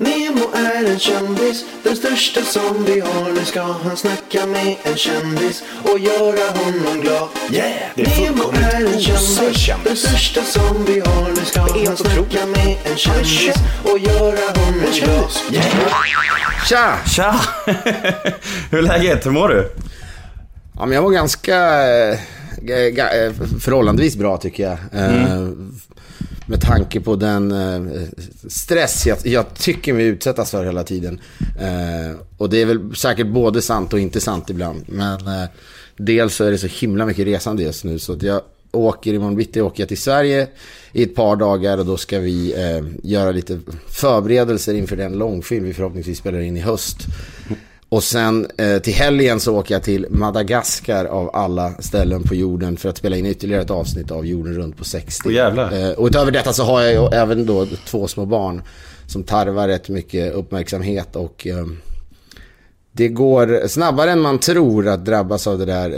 Nemo är en kändis, den största som vi har. Nu ska han snacka med en kändis och göra honom glad. Yeah, det är Nemo är en kändis, den största som vi har. Nu ska han snacka med en kändis och göra honom glad. Tja! Tja! Hur är läget? Hur mår du? Ja, men jag var ganska förhållandevis bra tycker jag. Med tanke på den stress jag tycker mig utsättas för hela tiden. Och det är väl säkert både sant och inte sant ibland. Men dels så är det så himla mycket resande just nu. Så att jag åker imorgon bitti åker jag till Sverige i ett par dagar. Och då ska vi göra lite förberedelser inför den långfilm vi förhoppningsvis spelar in i höst. Och sen till helgen så åker jag till Madagaskar av alla ställen på jorden för att spela in ytterligare ett avsnitt av Jorden runt på 60. Och utöver detta så har jag ju även då 2 små barn som tarvar rätt mycket uppmärksamhet. Och det går snabbare än man tror att drabbas av det där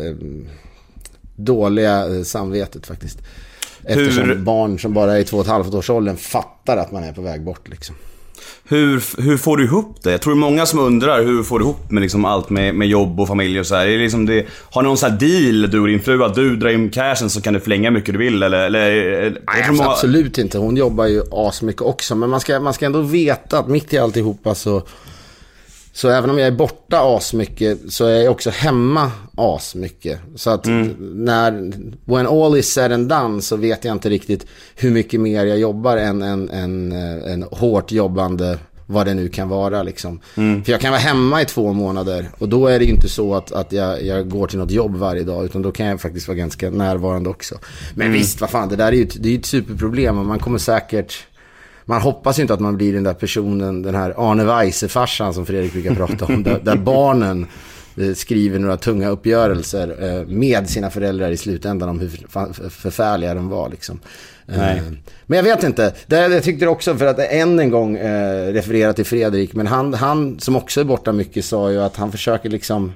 dåliga samvetet faktiskt. Eftersom barn som bara är 2,5 års åldern fattar att man är på väg bort liksom. Hur får du ihop det? Jag tror många som undrar hur får du ihop med liksom allt med jobb och familj och så här. Är det liksom har någon sån här deal du och din fru att du drar in cashen så kan du förlänga mycket du vill eller Nej, absolut inte. Hon jobbar ju asmycket också, men man ska ändå veta att mitt i alltihopa så även om jag är borta asmycket så är jag också hemma asmycket. Så att when all is said and done så vet jag inte riktigt hur mycket mer jag jobbar än en hårt jobbande vad det nu kan vara liksom. För jag kan vara hemma i 2 månader och då är det ju inte så att jag går till något jobb varje dag, utan då kan jag faktiskt vara ganska närvarande också. Men visst, vad fan, det där är ju ett superproblem och man kommer säkert... Man hoppas ju inte att man blir den där personen, den här Arne Weise-farsan som Fredrik brukar prata om, där barnen skriver några tunga uppgörelser med sina föräldrar i slutändan om hur förfärliga de var liksom. Men jag vet inte, jag tyckte det också, för att än en gång referera till Fredrik, men han som också är borta mycket sa ju att han försöker liksom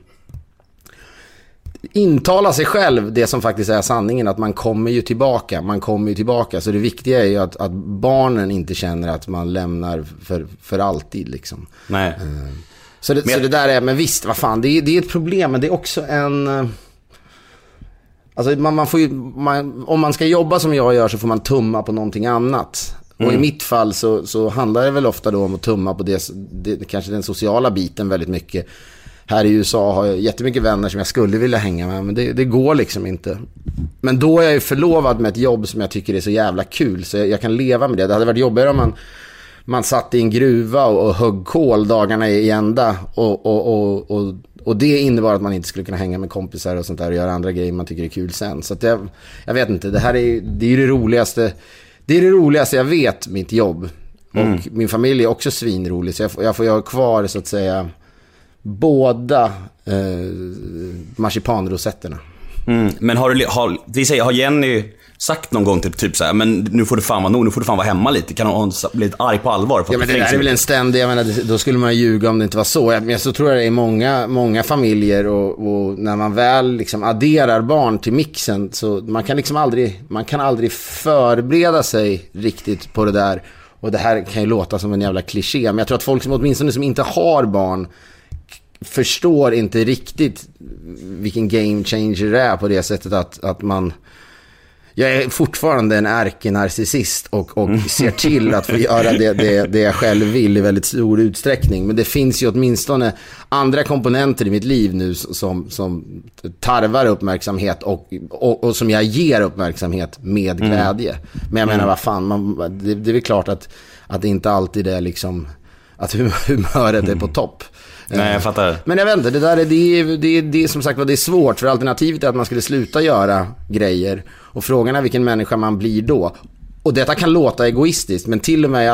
intala sig själv det som faktiskt är sanningen, att man kommer ju tillbaka. Så det viktiga är ju att barnen inte känner att man lämnar för alltid liksom. Nej. Så det där är, men visst, vad fan, det är ett problem, men det är också en... Alltså man får ju, om man ska jobba som jag gör så får man tumma på någonting annat. Och i mitt fall så handlar det väl ofta då om att tumma på det kanske den sociala biten väldigt mycket. Här i USA har jag jättemycket vänner som jag skulle vilja hänga med, men det går liksom inte. Men då är jag ju förlovad med ett jobb som jag tycker är så jävla kul, så jag kan leva med det. Det hade varit jobbigare om man satt i en gruva och högg kol dagarna i ända och det innebar att man inte skulle kunna hänga med kompisar och sånt där och göra andra grejer man tycker är kul sen. Så att jag vet inte, det är det roligaste. Det är det roligaste jag vet, mitt jobb. Och min familj är också svinrolig, så jag får göra kvar så att säga båda marsipanrosetterna. Men har Jenny sagt någon gång typ så här, men nu får du fan vara nog, nu får du fan vara hemma lite, kan hon bli lite arg på allvar för att men det där är väl en ständig, jag menar, då skulle man ljuga om det inte var så. Men så tror jag det är många familjer och när man väl liksom adderar barn till mixen, så man kan aldrig förbereda sig riktigt på det där. Och det här kan ju låta som en jävla kliché, men jag tror att folk som åtminstone som inte har barn förstår inte riktigt vilken game changer det är, på det sättet att man... Jag är fortfarande en ärkenarcissist och ser till att få göra det jag själv vill i väldigt stor utsträckning. Men det finns ju åtminstone andra komponenter i mitt liv nu som tarvar uppmärksamhet och som jag ger uppmärksamhet med glädje. Men jag menar, vad fan, det är väl klart att det inte alltid är liksom att humöret är på topp. Nej, jag fattar. Men jag vet inte, det är som sagt, det är svårt, för alternativet är att man skulle sluta göra grejer, och frågan är vilken människa man blir då. Och detta kan låta egoistiskt, men till och med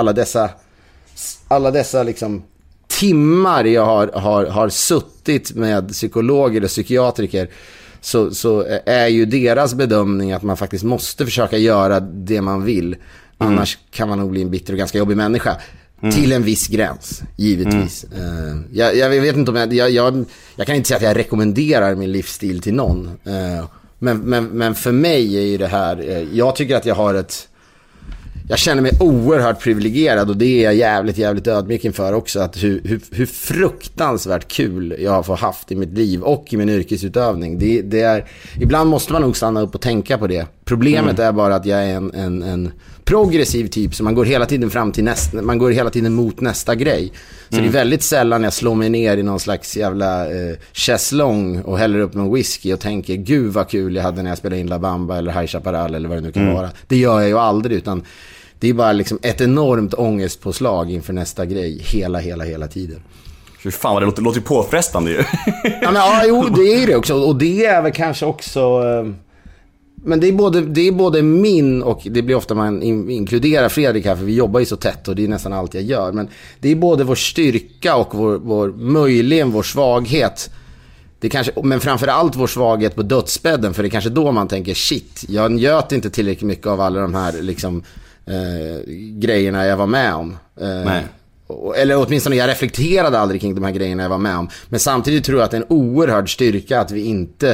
alla dessa liksom timmar jag har suttit med psykologer och psykiatriker, så är ju deras bedömning att man faktiskt måste försöka göra det man vill. Annars kan man nog bli en bitter och ganska jobbig människa. Till en viss gräns, givetvis. Jag vet inte om jag kan inte säga att jag rekommenderar min livsstil till någon. Men för mig är ju det här, jag tycker att jag jag känner mig oerhört privilegierad, och det är jag jävligt ödmjuk inför också, att hur fruktansvärt kul jag har fått haft i mitt liv och i min yrkesutövning. Det är, ibland måste man nog stanna upp och tänka på det. Problemet är bara att jag är en progressiv typ, så man går hela tiden fram till man går hela tiden mot nästa grej. Så det är väldigt sällan jag slår mig ner i någon slags jävla chaiselong och häller upp någon whisky och tänker, gud vad kul jag hade när jag spelade in La Bamba eller High Chaparral eller vad det nu kan vara. Det gör jag ju aldrig, utan det är bara liksom ett enormt ångestpåslag inför nästa grej hela tiden. Fy fan vad det låter ju påfrestande ju. Jo, det är det också. Och det är väl kanske också... Men det är både min, och det blir ofta man inkluderar Fredrik här, för vi jobbar ju så tätt och det är nästan allt jag gör. Men det är både vår styrka och möjligen vår svaghet. Det kanske, men framförallt vår svaghet på dödsbädden, för det är kanske då man tänker, shit, jag njöt inte tillräckligt mycket av alla de här liksom, grejerna jag var med om. Nej. Eller åtminstone jag reflekterade aldrig kring de här grejerna jag var med om. Men samtidigt tror jag att det är en oerhörd styrka att vi inte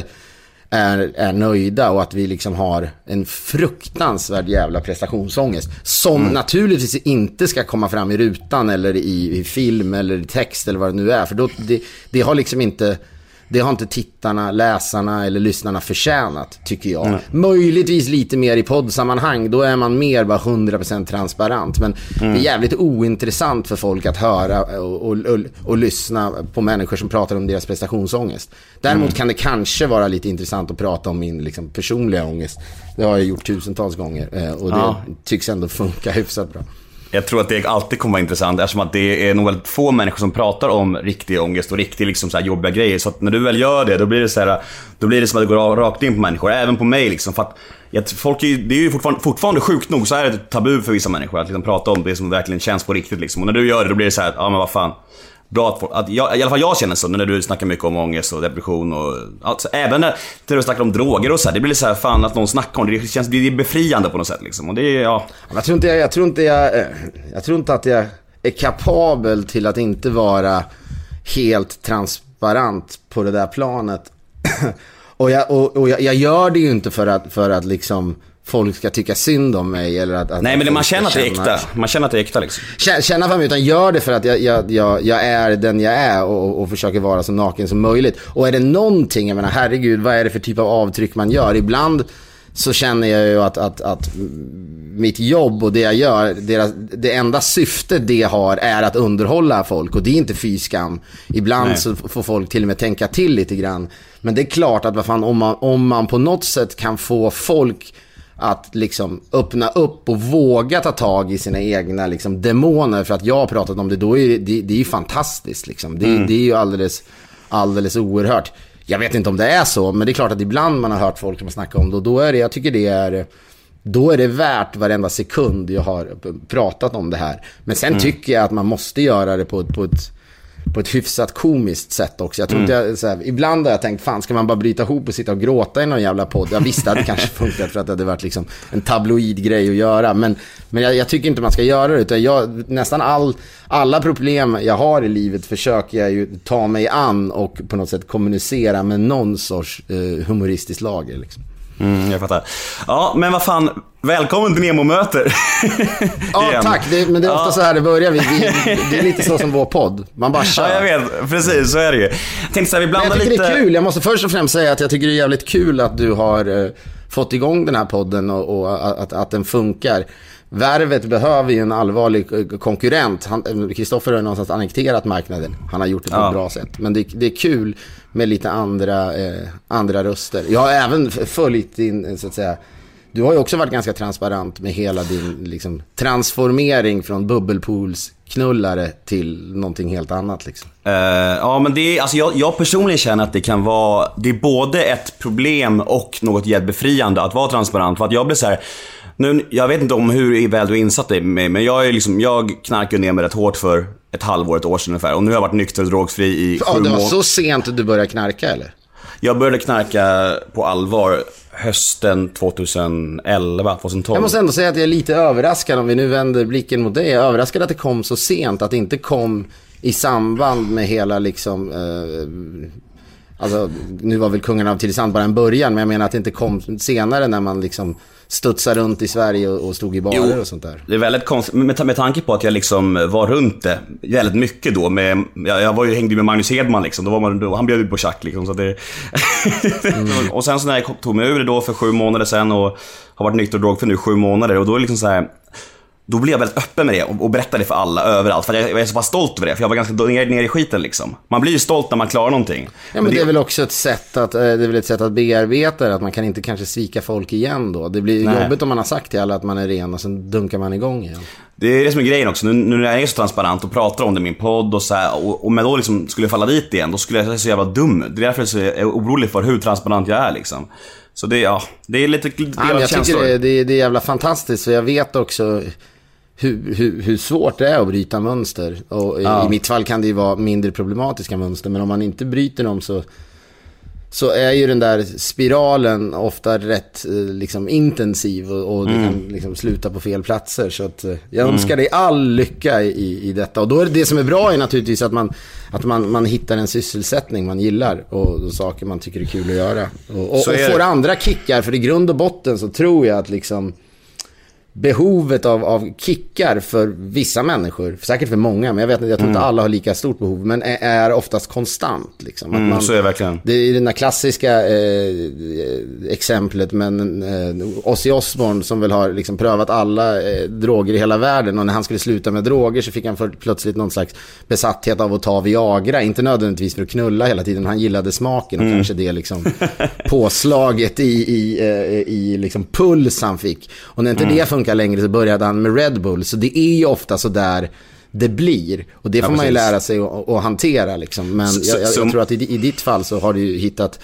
är nöjda, och att vi liksom har en fruktansvärd jävla prestationsångest som naturligtvis inte ska komma fram i rutan eller i film eller i text eller vad det nu är, för då, det har liksom inte, det har inte tittarna, läsarna eller lyssnarna förtjänat, tycker jag. Möjligtvis lite mer i poddsammanhang, då är man mer bara 100% transparent, men det är jävligt ointressant för folk att höra och lyssna på människor som pratar om deras prestationsångest. Däremot kan det kanske vara lite intressant att prata om min liksom, personliga ångest. Det har jag gjort tusentals gånger, och det tycks ändå funka hyfsat bra. Jag tror att det alltid kommer vara intressant, eftersom att det är nog väldigt få människor som pratar om riktig ångest och riktigt liksom så här jobbiga grejer. Så att när du väl gör det, då blir det så här, då blir det som att det går rakt in på människor, även på mig liksom, för att folk det är ju fortfarande sjukt nog, så är det ett tabu för vissa människor att liksom prata om det som verkligen känns på riktigt liksom. Och när du gör det, då blir det så här, ja men vad fan, bra att i alla fall jag känner så när du snackar mycket om ångest och depression och alltså, även när du snackar om droger och så här, det blir så här, fan att någon snackar om det, det känns, det är befriande på något sätt liksom. Och det är, jag tror inte att jag är kapabel till att inte vara helt transparent på det där planet. och jag gör det ju inte för att liksom folk ska tycka synd om mig eller att nej, men man känner att det är äkta. Man känner att det är äkta liksom. Känna för mig, utan gör det för att jag är den jag är och försöker vara så naken som möjligt. Och är det någonting, jag menar herregud, vad är det för typ av avtryck man gör? Ibland så känner jag ju att mitt jobb och det jag gör, det enda syftet det har är att underhålla folk, och det är inte fy skam. Ibland så får folk till och med tänka till lite grann. Men det är klart att vad fan, om man på något sätt kan få folk att liksom öppna upp och våga ta tag i sina egna liksom demoner, för att jag har pratat om det, då är det är ju fantastiskt liksom. Det är ju alldeles oerhört. Jag vet inte om det är så, men det är klart att ibland man har hört folk som snackar om det, och då är det, jag tycker då är det värt varenda sekund jag har pratat om det här. Men sen tycker jag att man måste göra det på ett hyfsat komiskt sätt också. Jag tror inte ibland har jag tänkt, fan, ska man bara bryta ihop och sitta och gråta i någon jävla podd? Jag visste att det kanske funkat för att det hade varit liksom en tabloid grej att göra, men jag tycker inte man ska göra det, utan nästan alla problem jag har i livet försöker jag ju ta mig an och på något sätt kommunicera med någon sorts humoristiskt lager liksom. Jag fattar. Ja, men vad fan, välkommen till Nemo-möter. Ja, tack. Men det är ofta så här det börjar. Det är lite så som vår podd. Man bara kör. Ja, jag vet. Precis, så är det ju. Jag tänkte så här, vi blandar lite. Det är kul. Jag måste först och främst säga att jag tycker det är jävligt kul att du har fått igång den här podden och att den funkar. Värvet behöver ju en allvarlig konkurrent. Kristoffer har någonstans annekterat marknaden. Han har gjort det på ett bra sätt. Men det är kul med lite andra röster. Jag har även följt din, så att säga. Du har ju också varit ganska transparent med hela din liksom, transformering från bubbelpoolsknullare till någonting helt annat liksom. Ja, men det är, alltså jag personligen känner att det kan vara, det är både ett problem och något jättebefriande att vara transparent. För att jag blir så här, nu, jag vet inte om hur väl du är insatt i mig, men jag knarkade ner mig rätt hårt för ett år sedan ungefär. Och nu har jag varit nykter och drogfri i 7 månader. Det var så sent du började knarka, eller? Jag började knarka på allvar hösten 2011, 2012. Jag måste ändå säga att jag är lite överraskad, om vi nu vänder blicken mot dig. Jag är överraskad att det kom så sent, att det inte kom i samband med hela liksom Alltså, nu var väl Kungarna av Tylösand bara en början, men jag menar att det inte kom senare när man liksom studsar runt i Sverige och stod i barer och sånt där. Det är väldigt konstigt, med tanke på att jag liksom var runt det väldigt mycket då. Hängde med Magnus Hedman liksom, då han bjöd ut på tjack liksom, så det... Och sen så när jag tog mig ur det då för 7 månader sen och har varit nykter och drog för nu 7 månader, och då är det liksom så här... Då blev jag väldigt öppen med det och berättade det för alla överallt. För jag är så pass stolt över det, för jag var ganska ner i skiten liksom. Man blir ju stolt när man klarar någonting. Ja, men det är väl också ett sätt att bearbeta det, att man kan inte kanske svika folk igen då. Det blir jobbigt om man har sagt till alla att man är ren och sen dunkar man igång igen. Det är det som är grejen också. Nu när jag är så transparent och pratar om det i min podd och så här, och men då liksom skulle jag falla dit igen, då skulle jag vara så jävla dum. Det är därför jag är orolig för hur transparent jag är liksom. Så det är lite jag tycker det är jävla fantastiskt, för jag vet också hur svårt det är att bryta mönster. Och i mitt fall kan det ju vara mindre problematiska mönster, men om man inte bryter dem så är ju den där spiralen ofta rätt liksom intensiv, och det kan liksom sluta på fel platser. Så att jag önskar dig all lycka i detta. Och då är det som är bra är naturligtvis att man hittar en sysselsättning man gillar och saker man tycker är kul att göra. Och får andra kickar, för i grund och botten så tror jag att liksom behovet av kickar för vissa människor, säkert för många, men jag tror inte alla har lika stort behov, men är oftast konstant liksom. Att så är det verkligen. Det är det där klassiska exemplet, men Ozzy Osbourne som väl har liksom prövat alla droger i hela världen, och när han skulle sluta med droger så fick han plötsligt någon slags besatthet av att ta Viagra, inte nödvändigtvis för att knulla hela tiden, han gillade smaken och kanske det liksom påslaget i liksom puls han fick, och när inte det funkar längre så började han med Red Bull. Så det är ju ofta så där det blir, och det får man ju lära sig att hantera liksom. Men jag tror att i ditt fall så har du ju hittat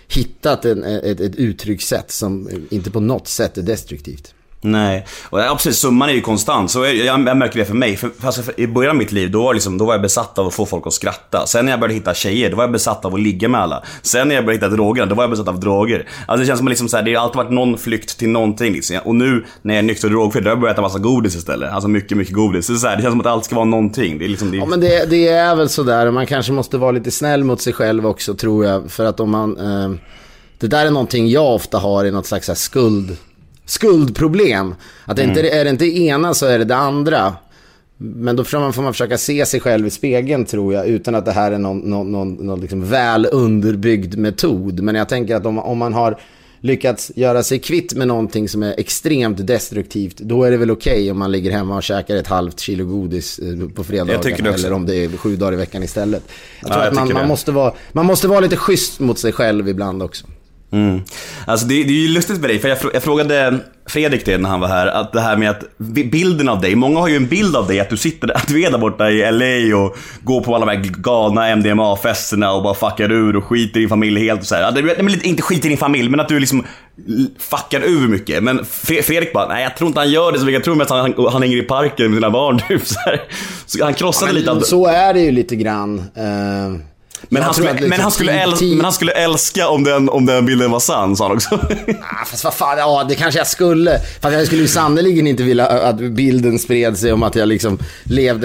ett uttryckssätt som inte på något sätt är destruktivt. Nej, och absolut, summan är ju konstant. Så jag märker det för mig. För i början av mitt liv då var jag besatt av att få folk att skratta. Sen när jag började hitta tjejer, då var jag besatt av att ligga med alla. Sen när jag började hitta droger, då var jag besatt av droger. Alltså det känns som liksom så här, det har alltid varit någon flykt till någonting liksom. Och nu när jag är nykter och drogfri, då har jag börjat äta massa godis istället. Alltså mycket, mycket godis. Så det känns som att allt ska vara någonting. Det är liksom det. Ja, men det är väl så där. Man kanske måste vara lite snäll mot sig själv också, tror jag. För att om man det där är någonting jag ofta har i något slags så här skuldproblem. Att är det inte ena så är det andra. Men då får man försöka se sig själv i spegeln, tror jag, utan att det här är någon liksom väl underbyggd metod. Men jag tänker att om man har lyckats göra sig kvitt med någonting som är extremt destruktivt, då är det väl okej om man ligger hemma och käkar ett halvt kilo godis på fredagar, eller om det är 7 dagar i veckan istället. Jag tror att man måste vara lite schysst mot sig själv ibland också. Alltså det är ju lustigt med dig, för jag frågade Fredrik det när han var här, att det här med att bilden av dig, många har ju en bild av dig att du är där borta i LA och går på alla de här galna MDMA-festerna och bara fuckar ur och skiter i din familj helt och så här. Det är inte skiter i din familj, men att du liksom fuckar ur mycket. Men Fredrik bara, nej, jag tror inte han gör det så mycket. Jag tror mest att han hänger i parken med sina barn typ, så här. Så han krossade lite av... Så är det ju lite grann. Men han skulle älska om den bilden var sann, sa han också. Fast vad fan, ja, det kanske jag skulle. Fast jag skulle ju sannoliken inte vilja att bilden spred sig om att jag liksom levde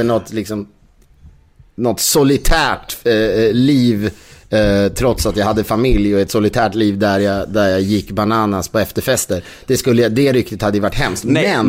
något solitärt liv, trots att jag hade familj, och ett solitärt liv där jag gick bananas på efterfester. Det ryktet hade ju varit hemskt. Men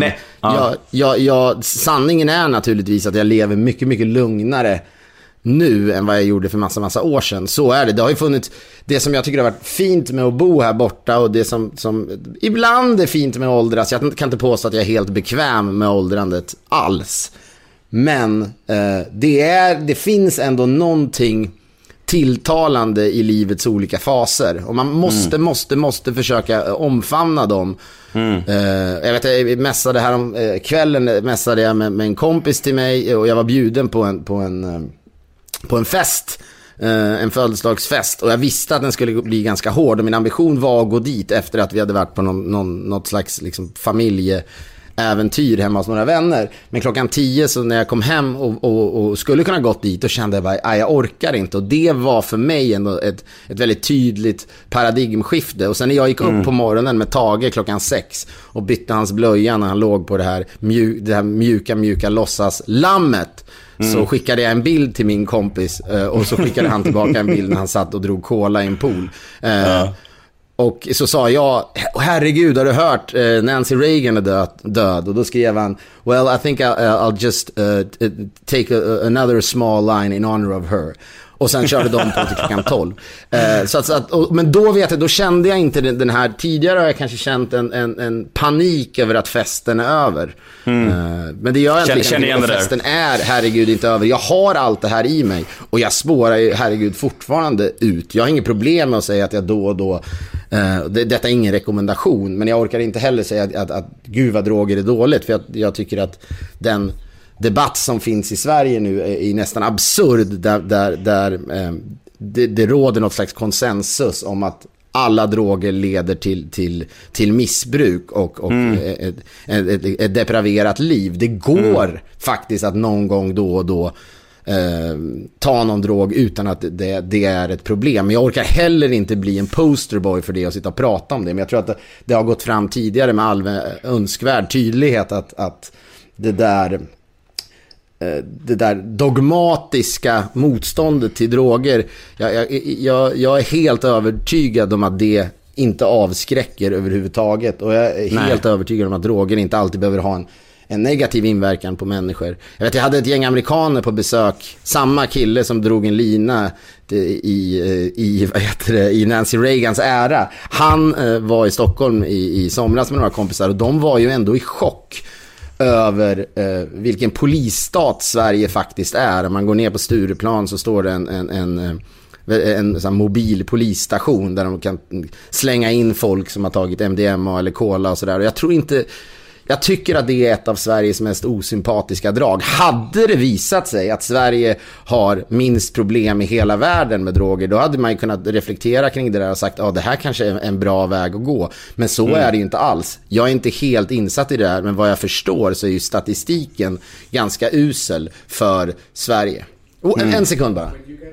sanningen är naturligtvis att jag lever mycket, mycket lugnare nu än vad jag gjorde för massa år sedan. Så är det. Det har ju funnits det som jag tycker har varit fint med att bo här borta, och det som ibland är fint med att åldras. Jag kan inte påstå att jag är helt bekväm med åldrandet alls. Men det finns ändå någonting tilltalande i livets olika faser, och man måste försöka omfamna dem. Jag vet, jag mässade här om kvällen mässade jag med en kompis till mig, och jag var bjuden på en fest, en födelsedagsfest, och jag visste att den skulle bli ganska hård, och min ambition var att gå dit efter att vi hade varit på något slags liksom familjeäventyr hemma hos några vänner. Men 10:00 så när jag kom hem och skulle kunna gått dit, och kände jag bara, jag orkar inte. Och det var för mig ändå ett väldigt tydligt paradigmskifte. Och sen när jag gick upp på morgonen med Tage 6:00 och bytte hans blöja när han låg på det här mjuka låtsas lammet, så skickade jag en bild till min kompis och så skickade han tillbaka en bild när han satt och drog cola i en pool. Och så sa jag, herregud, har du hört Nancy Reagan är död? Och då skrev han, well, I think I'll just take another small line in honor of her. Och sen körde de på till klockan 12. Men då vet jag, då kände jag inte den här. Tidigare har jag kanske känt en panik över att festen är över. Men det gör jag inte. Och festen är, herregud, inte över. Jag har allt det här i mig. Och jag spårar ju, herregud, fortfarande ut. Jag har inget problem med att säga att jag då och då detta är ingen rekommendation. Men jag orkar inte heller säga att gud vad droger är dåligt. För jag tycker att den debatt som finns i Sverige nu är nästan absurd, där det råder något slags konsensus om att alla droger leder till missbruk och ett depraverat liv. Det går faktiskt att någon gång då och då ta någon drog utan att det är ett problem. Men jag orkar heller inte bli en posterboy för det och sitta och prata om det. Men jag tror att det har gått fram tidigare med all önskvärd tydlighet att det där dogmatiska motståndet till droger, jag är helt övertygad om att det inte avskräcker överhuvudtaget, och jag är helt övertygad om att droger inte alltid behöver ha en negativ inverkan på människor. Jag hade ett gäng amerikaner på besök, samma kille som drog en lina i Nancy Reagans ära. Han var i Stockholm i somras med några kompisar, och de var ju ändå i chock över vilken polisstat Sverige faktiskt är. Om man går ner på Stureplan så står det en sån mobil polisstation där de kan slänga in folk som har tagit MDMA eller cola och sådär. Och jag tycker att det är ett av Sveriges mest osympatiska drag. Hade det visat sig att Sverige har minst problem i hela världen med droger, då hade man ju kunnat reflektera kring det där och sagt, det här kanske är en bra väg att gå. Men så är det ju inte alls. Jag är inte helt insatt i det här, men vad jag förstår så är ju statistiken ganska usel för Sverige. En sekund bara.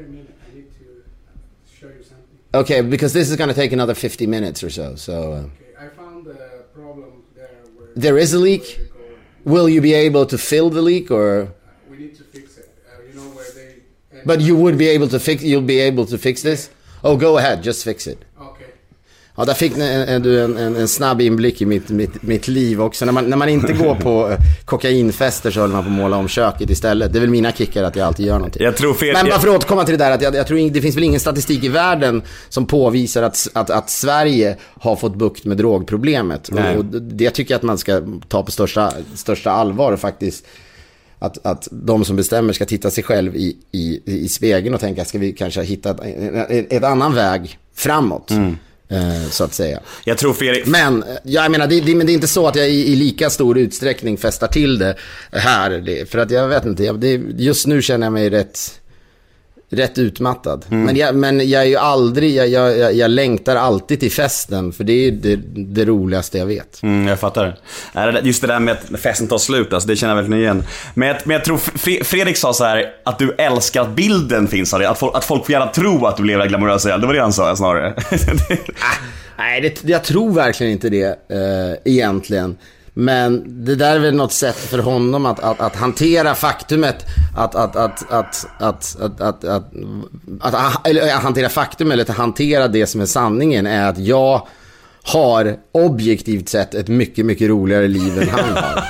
Okay, because this is going to take another 50 minutes or so. I found the problem there. There is a leak? Will you be able to fill the leak, or? We need to fix it. You know where they... But you would be able to fix... You'll be able to fix this? Oh, go ahead. Just fix it. Okay. Ja, där fick du en snabb inblick i mitt liv också. När man inte går på kokainfester så håller man på att måla om köket istället. Det är väl mina kickar att jag alltid gör någonting. Men bara för att återkomma till det där, att jag tror det finns väl ingen statistik i världen som påvisar att Sverige har fått bukt med drogproblemet. Och det tycker jag att man ska ta på största allvar, och faktiskt att de som bestämmer ska titta sig själv i spegeln och tänka, ska vi kanske hitta ett annan väg framåt? Så att säga. Jag tror Fredrik... Men jag menar, men det är inte så att jag i lika stor utsträckning festar till det här. För att jag vet inte, just nu känner jag mig rätt utmattad. Men jag är ju aldrig, jag längtar alltid till festen, för det är det roligaste jag vet. Jag fattar. Just det där med att festen tar slut, alltså, det känner jag verkligen igen. Men jag tror Fredrik sa så här, att du älskar att bilden finns av det, att folk får gärna tro att du lever glamorösa. Det var det han sa snarare. Nej, jag tror verkligen inte det egentligen. Men det där är väl något sätt för honom att hantera faktumet att hantera faktum, eller att hantera det som är sanningen, är att jag har objektivt sett ett mycket, mycket roligare liv än han har.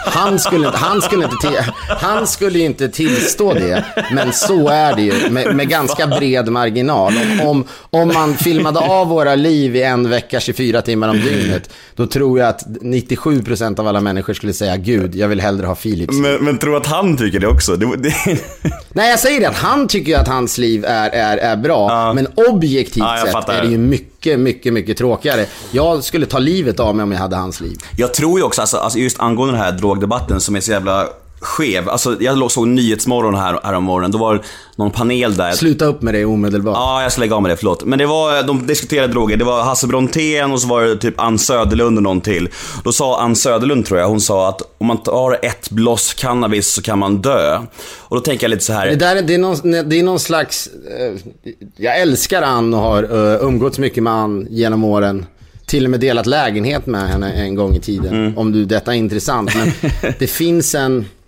Han skulle inte tillstå det, men så är det ju med ganska bred marginal. Om man filmade av våra liv i en vecka 24 timmar om dygnet, då tror jag att 97% av alla människor skulle säga, gud, jag vill hellre ha Philips. Men tror att han tycker det också? Nej, jag säger det, att han tycker att hans liv är bra, men objektivt sett är det ju mycket, mycket, mycket tråkigare. Jag skulle ta livet av mig om jag hade hans liv. Jag tror ju också, alltså just angående den här drogdebatten som är så jävla skev. Alltså jag såg Nyhetsmorgon här om morgonen. Då var någon panel där. Sluta upp med det omedelbart. Ja, jag ska lägga av med det, förlåt. Men det var, de diskuterade droger. Det var Hasse Brontén och så var det typ Ann Söderlund och någon till. Då sa Ann Söderlund, tror jag, hon sa att om man tar ett bloss cannabis så kan man dö. Och då tänker jag lite så här. Det är någon slags... jag älskar Ann och har umgåtts mycket med Ann genom åren. Till och med delat lägenhet med henne en gång i tiden. Om detta är intressant. Men det finns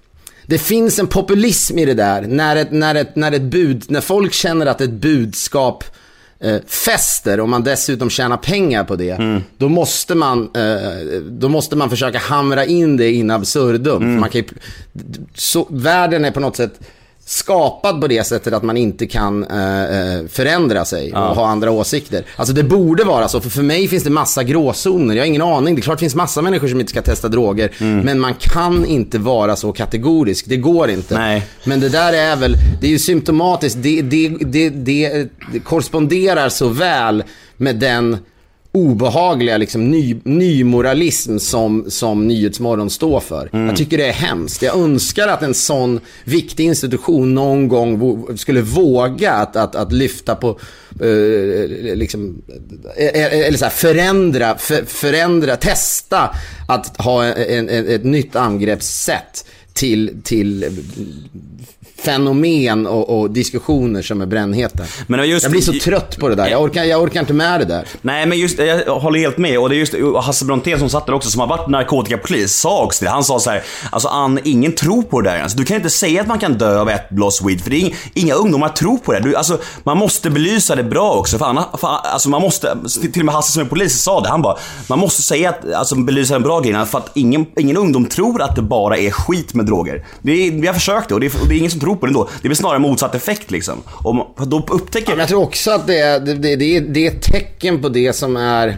det finns en populism i det där. När folk känner att ett budskap fäster och man dessutom tjänar pengar på det, då måste man försöka hamra in det in absurdum. Man kan världen är på något sätt skapad på det sättet att man inte kan förändra sig och ha andra åsikter. Alltså det borde vara så, för mig finns det massa gråzoner. Jag har ingen aning, det är klart det finns massa människor som inte ska testa droger, men man kan inte vara så kategorisk, det går inte. Nej. Men det där är väl, det är ju symptomatiskt, det korresponderar så väl med den obehagliga liksom nymoralism som Nyhetsmorgon står för. Jag tycker det är hemskt. Jag önskar att en sån viktig institution någon gång skulle våga att lyfta på liksom, eller så här, förändra, testa att ha ett nytt angreppssätt till fenomen och diskussioner som är brännheta. Men jag blir så trött på det där. Jag orkar inte med det där. Nej, men just, jag håller helt med. Och det är just Hasse Brontén som satt där också, som har varit narkotikapolis, sa också det. Han sa så här, alltså ingen tror på det där. Alltså, du kan inte säga att man kan dö av ett blås weed, för det är inga ungdomar tror på det. Alltså, man måste belysa det bra också. Alltså, man måste, till och med Hasse som är polis sa det. Han bara, man måste säga att, alltså, belysa en bra grej, för att ingen ungdom tror att det bara är skit med droger. Vi har försökt det, och det är ingen som tror på det ändå. Det blir snarare motsatt effekt liksom. Och då upptäcker... Ja, jag tror också att det är ett tecken på det som är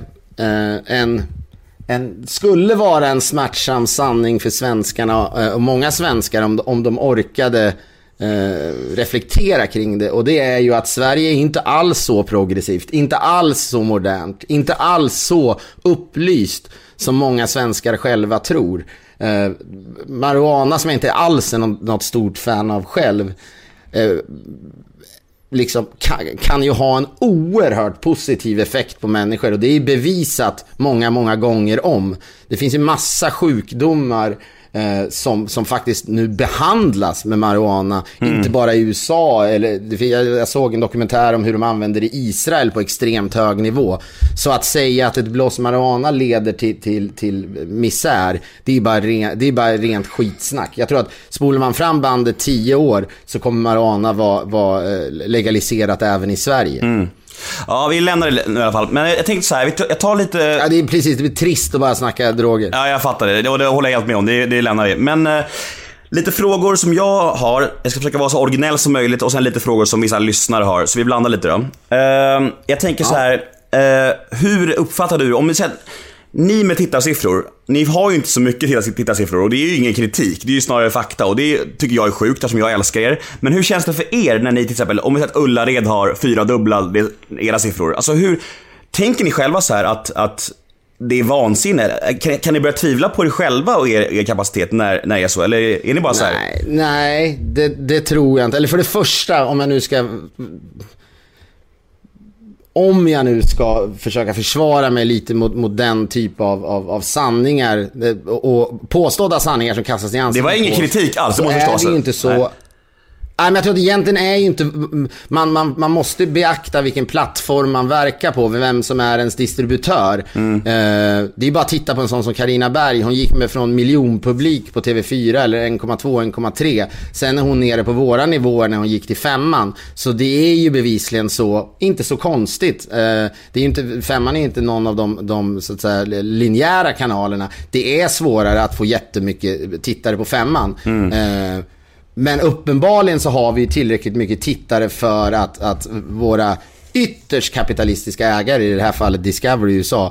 skulle vara en smärtsam sanning för svenskarna och många svenskar om de orkade reflektera kring det. Och det är ju att Sverige är inte alls så progressivt, inte alls så modernt, inte alls så upplyst som många svenskar själva tror. Marijuana, som jag inte alls är något stort fan av själv, liksom kan ju ha en oerhört positiv effekt på människor, och det är bevisat många gånger om. Det finns ju massa sjukdomar som faktiskt nu behandlas med marijuana, inte bara i USA, eller jag såg en dokumentär om hur de använder det i Israel på extremt hög nivå. Så att säga att ett blås marijuana leder till misär, det är bara rent skitsnack. Jag tror att spolar man fram bandet 10 år så kommer marijuana vara legaliserat även i Sverige. Ja, vi lämnar det nu i alla fall. Men jag tänkte så här, jag tar lite... Ja, det är precis, det blir trist att bara snacka droger. Ja, jag fattar det, och det håller jag helt med om. Det lämnar vi. Men lite frågor som jag har. Jag ska försöka vara så originell som möjligt. Och sen lite frågor som vissa lyssnare har. Så vi blandar lite då. Jag tänker så här, hur uppfattar du, om vi säger... Ni med tittarsiffror, ni har ju inte så mycket tittarsiffror, och det är ju ingen kritik, det är ju snarare fakta, och det tycker jag är sjukt eftersom jag älskar er. Men hur känns det för er när ni till exempel, om vi säger att Ullared har 4-dubbla era siffror, alltså hur tänker ni själva så här att det är vansinne? Kan ni börja tvivla på er själva och er kapacitet när det är så, eller är ni bara så här? Nej, det tror jag inte. Eller för det första, om jag nu ska försöka försvara mig lite mot den typ av sanningar och påstådda sanningar som kastas i ansiktet. Det var ingen kritik alls, så är det ju inte så. Nej. Nej, men jag tror att egentligen är ju inte... Man måste beakta vilken plattform man verkar på, vem som är ens distributör. Det är bara att titta på en sån som Carina Berg. Hon gick med från miljonpublik på TV4, eller 1,2-1,3. Sen är hon nere på våra nivåer när hon gick till 5:an. Så det är ju bevisligen så, inte så konstigt. Det är inte, 5:an är inte någon av de så att säga linjära kanalerna. Det är svårare att få jättemycket tittare på 5:an. Men uppenbarligen så har vi tillräckligt mycket tittare för att våra ytterst kapitalistiska ägare, i det här fallet Discovery i USA,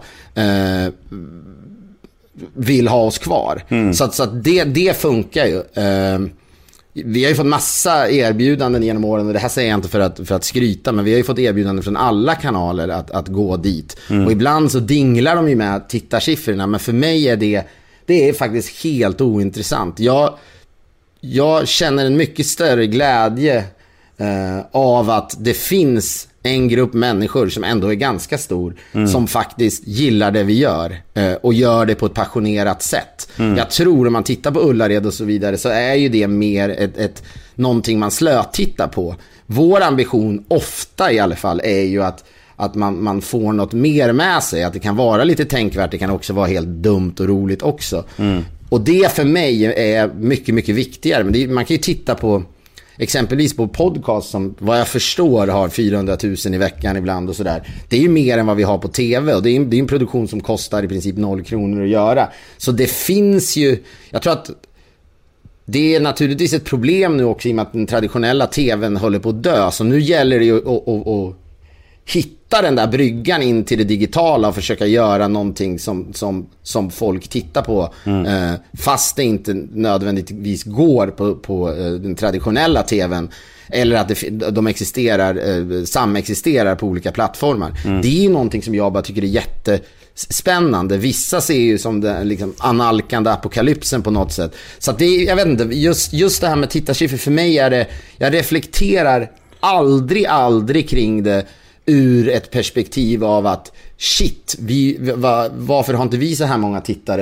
vill ha oss kvar. Så att det funkar ju. Vi har ju fått massa erbjudanden genom åren, och det här säger jag inte för att skryta, men vi har ju fått erbjudanden från alla kanaler att gå dit. Och ibland så dinglar de ju med tittarsiffrorna, men för mig är det är faktiskt helt ointressant. Jag känner en mycket större glädje av att det finns en grupp människor som ändå är ganska stor, som faktiskt gillar det vi gör och gör det på ett passionerat sätt. Jag tror, om man tittar på Ullared och så vidare, så är ju det mer någonting man slötittar på. Vår ambition, ofta i alla fall, är ju att man får något mer med sig, att det kan vara lite tänkvärt, det kan också vara helt dumt och roligt också. Och det för mig är mycket, mycket viktigare. Men man kan ju titta på exempelvis på podcast som vad jag förstår har 400 000 i veckan ibland och sådär. Det är ju mer än vad vi har på tv, och det är en produktion som kostar i princip 0 kronor att göra. Så det finns ju, jag tror att det är naturligtvis ett problem nu också i och med att den traditionella tvn håller på att dö. Så nu gäller det ju att hitta den där bryggan in till det digitala och försöka göra någonting som folk tittar på, fast det inte nödvändigtvis går på den traditionella tvn, eller att de samexisterar på olika plattformar. Det är ju någonting som jag bara tycker är jättespännande. Vissa ser ju som den liksom analkande apokalypsen på något sätt. Så att det är, jag vet inte, just det här med tittarsiffror för mig är det, jag reflekterar aldrig kring det ur ett perspektiv av att shit, varför har inte vi så här många tittare?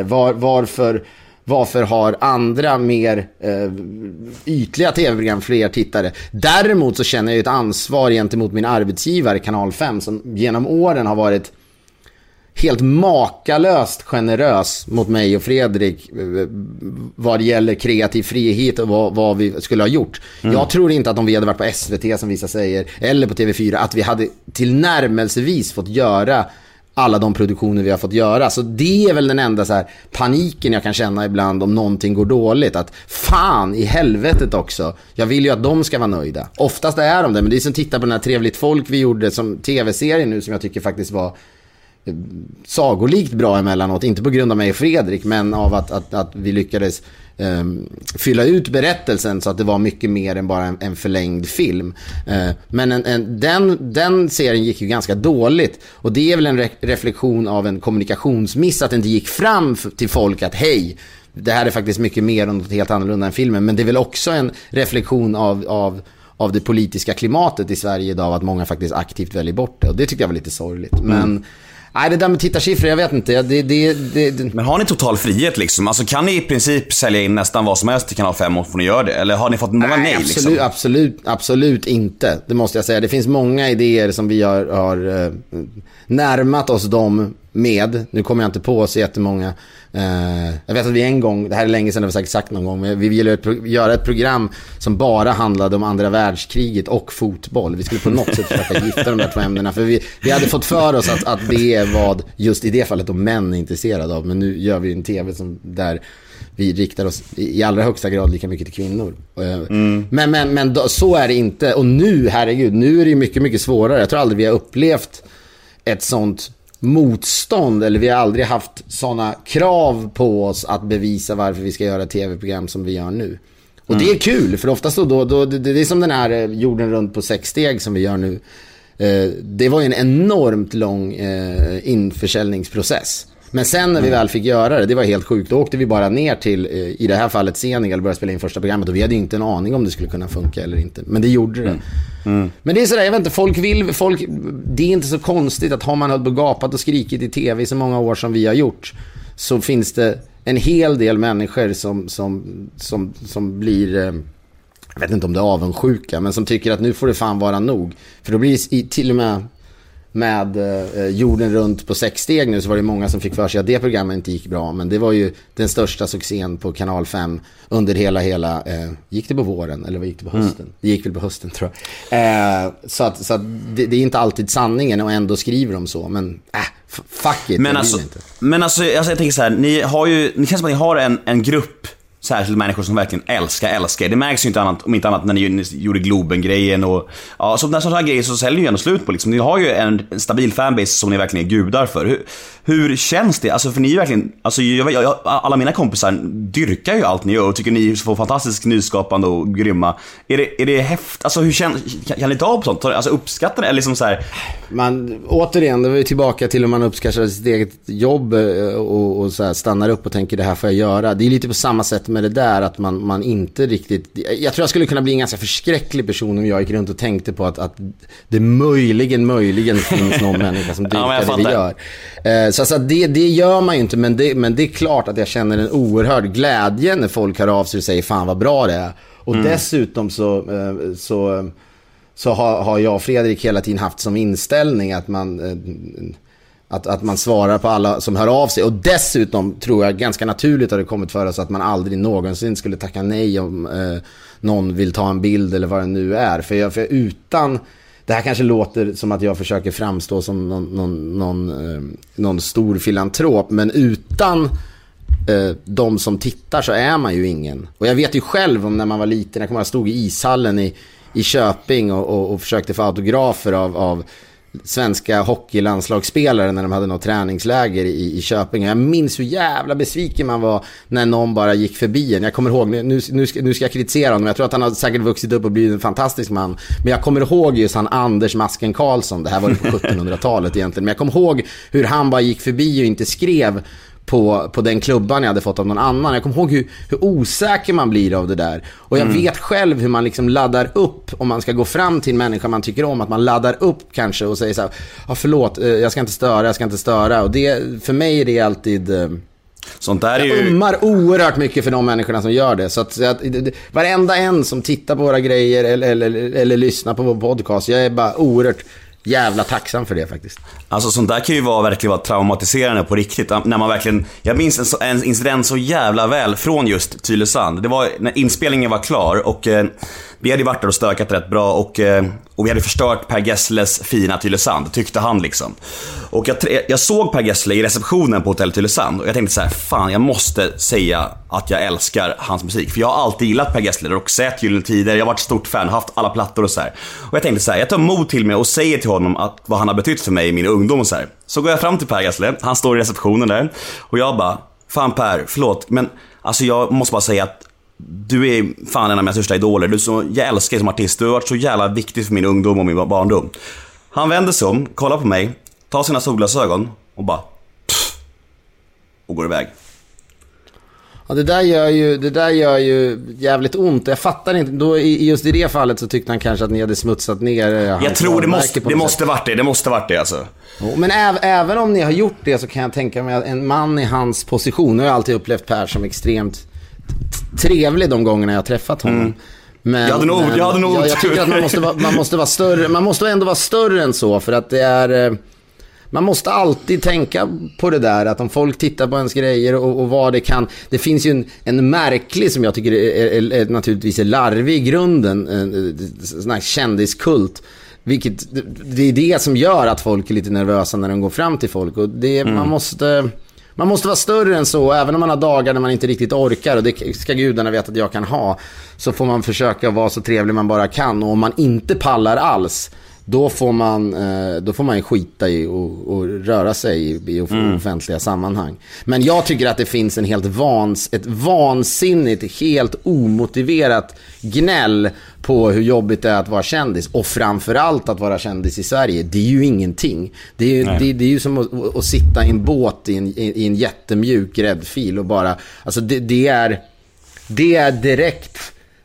Varför har andra mer ytliga tv-program fler tittare? Däremot så känner jag ett ansvar gentemot min arbetsgivare Kanal 5, som genom åren har varit helt makalöst generös mot mig och Fredrik vad det gäller kreativ frihet och vad vi skulle ha gjort. Jag tror inte att om vi hade varit på SVT som vissa säger, eller på TV4, att vi hade tillnärmelsevis fått göra alla de produktioner vi har fått göra. Så det är väl den enda så här paniken jag kan känna ibland om någonting går dåligt, att fan i helvetet också, jag vill ju att de ska vara nöjda. Oftast är de det, men det är som tittar på den här Trevligt folk vi gjorde som tv-serie nu, som jag tycker faktiskt var sagolikt bra emellanåt, inte på grund av mig och Fredrik, men av att vi lyckades fylla ut berättelsen så att det var mycket mer än bara en förlängd film. Men den serien gick ju ganska dåligt, och det är väl en reflektion av en kommunikationsmiss, att den inte gick fram till folk att hej, det här är faktiskt mycket mer och något helt annorlunda än filmen. Men det är väl också en reflektion av det politiska klimatet i Sverige idag, att många faktiskt aktivt väljer bort det, och det tyckte jag var lite sorgligt. Men nej, det där med tittarsiffror, jag vet inte. Men har ni total frihet liksom? Alltså kan ni i princip sälja in nästan vad som helst till Kanal 5 och får ni göra det? Eller har ni fått många nej liksom? Absolut inte. Det måste jag säga. Det finns många idéer som vi har närmat oss dem med. Nu kommer jag inte på så jättemånga. Jag vet att vi en gång, det här är länge sedan, det var säkert sagt någon gång, men vi ville göra ett program som bara handlade om andra världskriget och fotboll. Vi skulle på något sätt försöka gifta de där två ämnena, för vi hade fått för oss att det är vad just i det fallet de män är intresserade av. Men nu gör vi en tv där vi riktar oss i allra högsta grad lika mycket till kvinnor. Men så är det inte. Och nu, herregud, nu är det mycket, mycket svårare. Jag tror aldrig vi har upplevt ett sånt motstånd, eller vi har aldrig haft såna krav på oss att bevisa varför vi ska göra tv-program som vi gör nu. Och det är kul, för oftast då det är som den här jorden runt på 6 steg som vi gör nu. Det var ju en enormt lång införsäljningsprocess. Men sen när vi väl fick göra det var helt sjukt. Då åkte vi bara ner till, i det här fallet Senegal, och började spela in första programmet, och vi hade ju inte en aning om det skulle kunna funka eller inte. Men det gjorde det. Men det är sådär, jag vet inte, folk, det är inte så konstigt att har man hållit på gapat och skrikit i tv i så många år som vi har gjort, så finns det en hel del människor som blir, jag vet inte om det är avundsjuka, men som tycker att nu får det fan vara nog. För då blir det till och med jorden runt på 6 steg nu, så var det många som fick för sig att det programmet inte gick bra, men det var ju den största succén på Kanal 5 under hela gick det på våren eller vad gick det på hösten? Det gick väl på hösten, tror jag. Så att det är inte alltid sanningen, och ändå skriver de så, men fuck it. Men alltså jag tänker så här, ni känns som att ni har en grupp särskilt människor som verkligen älskar. Det märks ju inte annat, om inte annat när ni gjorde Globen-grejen och ja, så när sådana här grejer så säljer ju ändå slut på liksom. Ni har ju en stabil fanbase som ni verkligen är gudar för. Hur känns det? Alltså för ni är verkligen, alltså alla mina kompisar dyrkar ju allt ni gör och tycker ni är så fantastiskt nyskapande och grymma. Är det häftigt? Alltså hur kan ni ta på sånt? Alltså uppskattar det eller liksom så här? Man återigen, det var ju tillbaka till om man uppskattar sitt eget jobb och så här, stannar upp och tänker det här får jag göra. Det är lite på samma sätt med det där, att man inte riktigt, jag tror jag skulle kunna bli en ganska förskräcklig person om jag gick runt och tänkte på att det möjligen finns någon människa som dyrkar det vi gör. Så det gör man ju inte, men det är klart att jag känner en oerhörd glädje när folk hör av sig och säger fan vad bra det är. Och dessutom så har jag och Fredrik hela tiden haft som inställning att Att man svarar på alla som hör av sig. Och dessutom tror jag ganska naturligt har det kommit för oss att man aldrig någonsin skulle tacka nej om någon vill ta en bild eller vad det nu är. För utan... Det här kanske låter som att jag försöker framstå som någon stor filantrop, men utan de som tittar så är man ju ingen. Och jag vet ju själv om när man var liten, jag kommer att stod i ishallen i Köping och försökte få autografer av svenska hockeylandslagsspelare när de hade något träningsläger i Köping. Jag minns hur jävla besviken man var när någon bara gick förbi en. Jag kommer ihåg, nu ska jag kritisera honom. Jag tror att han har säkert vuxit upp och blivit en fantastisk man. Men jag kommer ihåg just han Anders Masken Karlsson. Det här var ju på 1700-talet egentligen. Men jag kommer ihåg hur han bara gick förbi och inte skrev på den klubban jag hade fått av någon annan. Jag kommer ihåg hur osäker man blir av det där. Och jag vet själv hur man liksom laddar upp om man ska gå fram till en människa man tycker om. Att man laddar upp kanske och säger så här: förlåt, jag ska inte störa. Och det, för mig är det alltid... Sånt där är jag ummar oerhört mycket för de människorna som gör det. Så att varenda en som tittar på våra grejer eller lyssnar på vår podcast, jag är bara oerhört jävla tacksam för det faktiskt. Alltså sånt där kan ju verkligen vara traumatiserande på riktigt. När man verkligen, jag minns en incident så jävla väl från just Tylösand. Det var när inspelningen var klar och vi hade varit där och stökat rätt bra och vi hade förstört Per Gessles fina Tylösand, tyckte han liksom. Och jag såg Per Gessle i receptionen på Hotell Tylösand och jag tänkte så här: fan, jag måste säga att jag älskar hans musik. För jag har alltid gillat Per Gessle, Roxette, Gyllene Tider, jag har varit stort fan, haft alla plattor och så här. Och jag tänkte så här: jag tar mod till mig och säger till honom att vad han har betytt för mig i min ungdom och så här. Så går jag fram till Per Gessle, han står i receptionen där och jag bara: fan Per, förlåt, men alltså jag måste bara säga att du är fan en av mina största idoler. Jag älskar dig som artist. Du har varit så jävla viktig för min ungdom och min barndom. Han vänder sig om, kollar på mig, tar sina solglasögon och bara och går iväg. Ja, det där gör ju jävligt ont. Jag fattar inte. Då, just i det fallet så tyckte han kanske att ni hade smutsat ner. Jag tror det måste varit det alltså. Men även om ni har gjort det så kan jag tänka mig att en man i hans position, jag har alltid upplevt Per som extremt trevlig de gångerna jag har träffat honom. Men jag tycker att man måste vara större. Man måste ändå vara större än så, för att det är... Man måste alltid tänka på det där, att om folk tittar på ens grejer och vad det kan... Det finns ju en märklig, som jag tycker är naturligtvis är larvig i grunden, en sån här kändiskult. Vilket, det är det som gör att folk är lite nervösa när de går fram till folk. Och det, man måste vara större än så. Även om man har dagar när man inte riktigt orkar, och det ska gudarna veta att jag kan ha, så får man försöka vara så trevlig man bara kan. Och om man inte pallar alls, då får man skita i och röra sig i offentliga sammanhang. Men jag tycker att det finns ett vansinnigt, helt omotiverat gnäll på hur jobbigt det är att vara kändis. Och framförallt att vara kändis i Sverige. Det är ju ingenting. Det är ju som att sitta i en båt i en jättemjuk gräddfil och bara... Alltså det är direkt...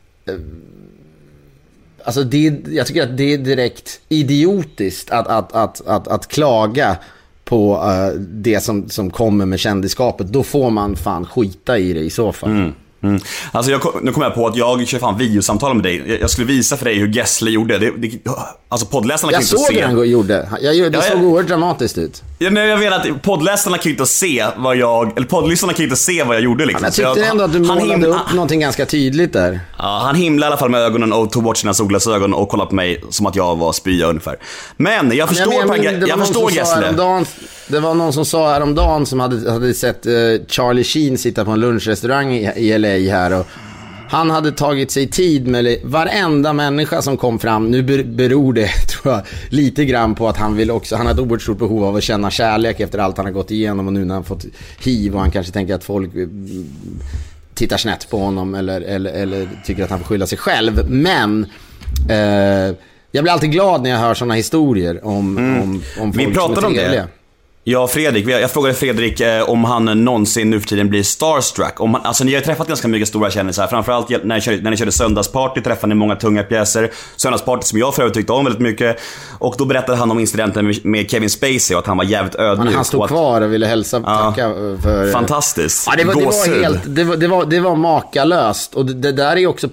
Alltså jag tycker att det är direkt idiotiskt att klaga på det som kommer med kändiskapet. Då får man fan skita i det i så fall. Alltså nu kommer jag på att jag kör fan videosamtal med dig. Jag skulle visa för dig hur Gessle gjorde. Alltså poddläsarna kan inte se. Jag såg han gjorde. Det såg oerhört dramatiskt ut. Jag menar att poddläsarna kan inte se vad jag... Eller poddlyssarna kan inte se vad jag gjorde liksom. Jag tyckte ändå att du målade upp någonting ganska tydligt där. Ja, han himlade i alla fall med ögonen och tog bort sina solglasögon och kollade på mig som att jag var spya ungefär. Men jag förstår Gessle. Det var någon som sa häromdagen som hade sett Charlie Sheen sitta på en lunchrestaurang i LA här, och han hade tagit sig tid med varenda människa som kom fram. Nu beror det, tror jag, lite grann på att han har ett oerhört stort behov av att känna kärlek efter allt han har gått igenom, och nu när han fått HIV och han kanske tänker att folk tittar snett på honom eller tycker att han får skylla sig själv. Men jag blir alltid glad när jag hör sådana historier om folk. Vi pratade om det. Ja, Fredrik, jag frågade Fredrik om han någonsin nu för tiden blir starstruck. Alltså ni har träffat ganska mycket stora kändisar, framförallt när ni körde Söndagsparty träffade ni många tunga pjäser. Söndagsparty som jag förut tyckte om väldigt mycket. Och då berättade han om incidenten med Kevin Spacey och att han var jävligt ödmjuk. Han stod kvar och ville hälsa, tacka för... Fantastiskt. Ja, det var makalöst. Och det där är också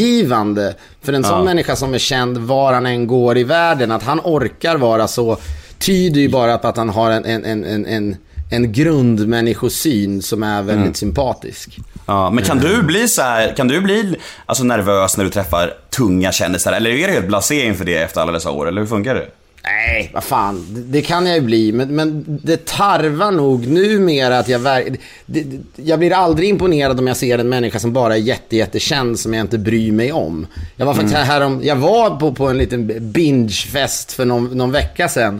perspektivgivande för en sån människa som är känd var han än går i världen, att han orkar vara så tyder ju bara på att han har en grundmänniskosyn som är väldigt sympatisk. Ja, men kan du bli alltså nervös när du träffar tunga kändisar, eller är det helt blasé inför det efter alla dessa år, eller hur funkar det? Nej, vad fan, det kan jag ju bli, men det tarvar nog numera att jag blir aldrig imponerad om jag ser en människa som bara är jättekänd som jag inte bryr mig om. Jag var faktiskt jag var på en liten bingefest för någon vecka sedan.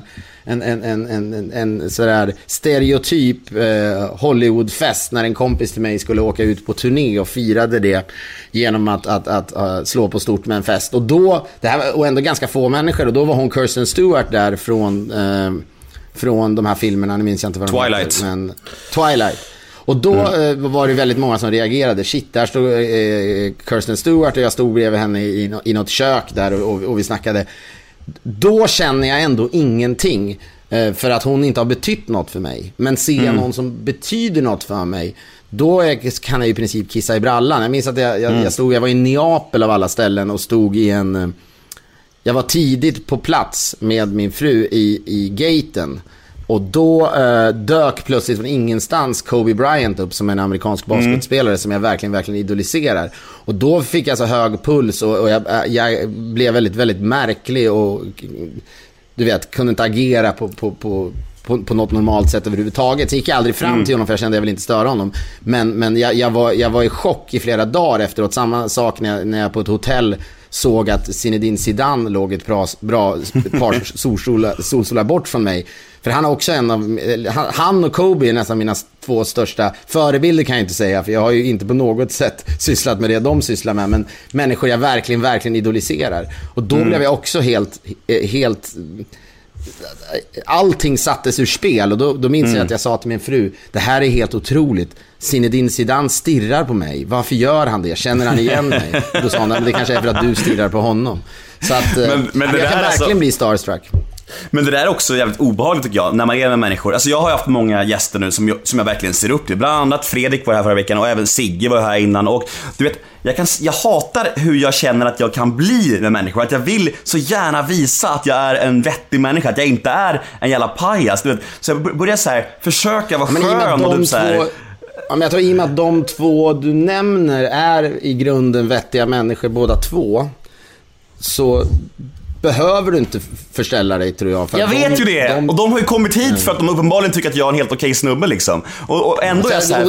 En sådär stereotyp Hollywoodfest när en kompis till mig skulle åka ut på turné och firade det genom att slå på stort med en fest. Och då, och ändå ganska få människor, och då var hon Kirsten Stewart där från de här filmerna, nu minns jag inte vad de Twilight. heter, men Twilight. Och då var det väldigt många som reagerade. Shit, där stod Kirsten Stewart och jag stod bredvid henne i något kök där och vi snackade. Då känner jag ändå ingenting för att hon inte har betytt något för mig. Men ser jag någon som betyder något för mig, då kan jag i princip kissa i brallan. Jag minns att jag var i Neapel av alla ställen och stod i jag var tidigt på plats med min fru i gaten. Och då dök plötsligt från ingenstans Kobe Bryant upp som en amerikansk basketspelare som jag verkligen idoliserar. Och då fick jag så hög puls och jag blev väldigt, väldigt märklig och du vet, kunde inte agera på något normalt sätt överhuvudtaget. Så gick jag aldrig fram till honom för jag kände jag vill inte störa honom. Men jag var i chock i flera dagar efteråt. Samma sak när jag på ett hotell såg att Zinedine Zidane låg ett par solstolar bort från mig. För han är också han och Kobe är nästan mina två största förebilder, kan jag inte säga, för jag har ju inte på något sätt sysslat med det de sysslar med, men människor jag verkligen idoliserar. Och då blev jag också helt allting sattes ur spel, och då minns jag att jag sa till min fru, det här är helt otroligt. Zinedine Zidane stirrar på mig. Varför gör han det? Känner han igen mig? Då sa han, men det kanske är för att du stirrar på honom. Så att men jag kan verkligen bli starstruck. Men det där är också jävligt obehagligt tycker jag, när man är med människor. Alltså jag har haft många gäster nu som jag verkligen ser upp till. Bland annat Fredrik var här förra veckan och även Sigge var här innan. Och du vet, jag hatar hur jag känner att jag kan bli med människor. Att jag vill så gärna visa att jag är en vettig människa, att jag inte är en jävla pajas, du vet. Så jag börjar så här försöka vara skön och du så här. Ja, men jag tror i och med att de två du nämner är i grunden vettiga människor båda två, så behöver du inte förställa dig, tror jag. För jag vet ju det. Och de har ju kommit hit för att de uppenbarligen tycker att jag är en helt okej snubbe liksom. Och ändå är jag så här.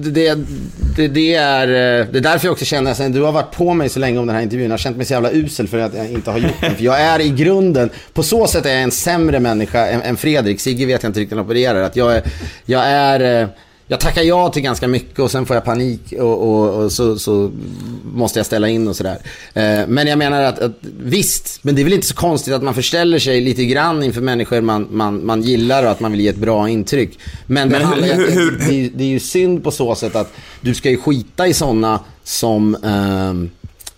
Det är därför jag också känner att du har varit på mig så länge om den här intervjun. Jag har känt mig så jävla usel för att jag inte har gjort den. För jag är i grunden, på så sätt är jag en sämre människa än Fredrik. Sigge vet jag inte riktigt opererar. Att jag tackar ja till ganska mycket och sen får jag panik och så måste jag ställa in och sådär. Men jag menar att visst, men det är väl inte så konstigt att man förställer sig lite grann inför människor man gillar och att man vill ge ett bra intryck. Men det är ju synd på så sätt att du ska ju skita i sådana som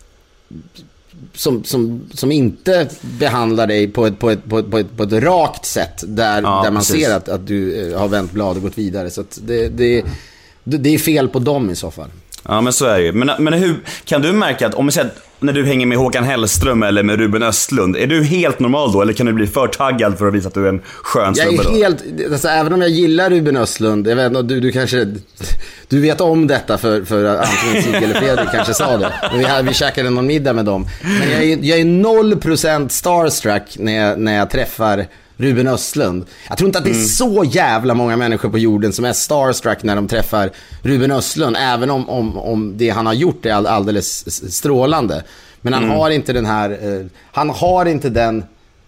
inte behandlar dig på ett rakt sätt där man precis ser att du har vänt blad och gått vidare. Så att det är fel på dem i så fall. Ja, men så är det ju. Men hur kan du märka att om vi säger när du hänger med Håkan Hellström eller med Ruben Östlund, är du helt normal då, eller kan du bli för taggad för att visa att du är en skön snubbe då? Jag är helt, alltså, även om jag gillar Ruben Östlund, jag vet, du kanske du vet om detta för antingen Sigge eller Fredrik kanske sa det. Vi käkade någon middag med dem. Men jag är 0% starstruck när jag träffar Ruben Östlund. Jag tror inte att det är så jävla många människor på jorden som är starstruck när de träffar Ruben Östlund, även om det han har gjort är alldeles strålande. Men han har inte den här han har inte den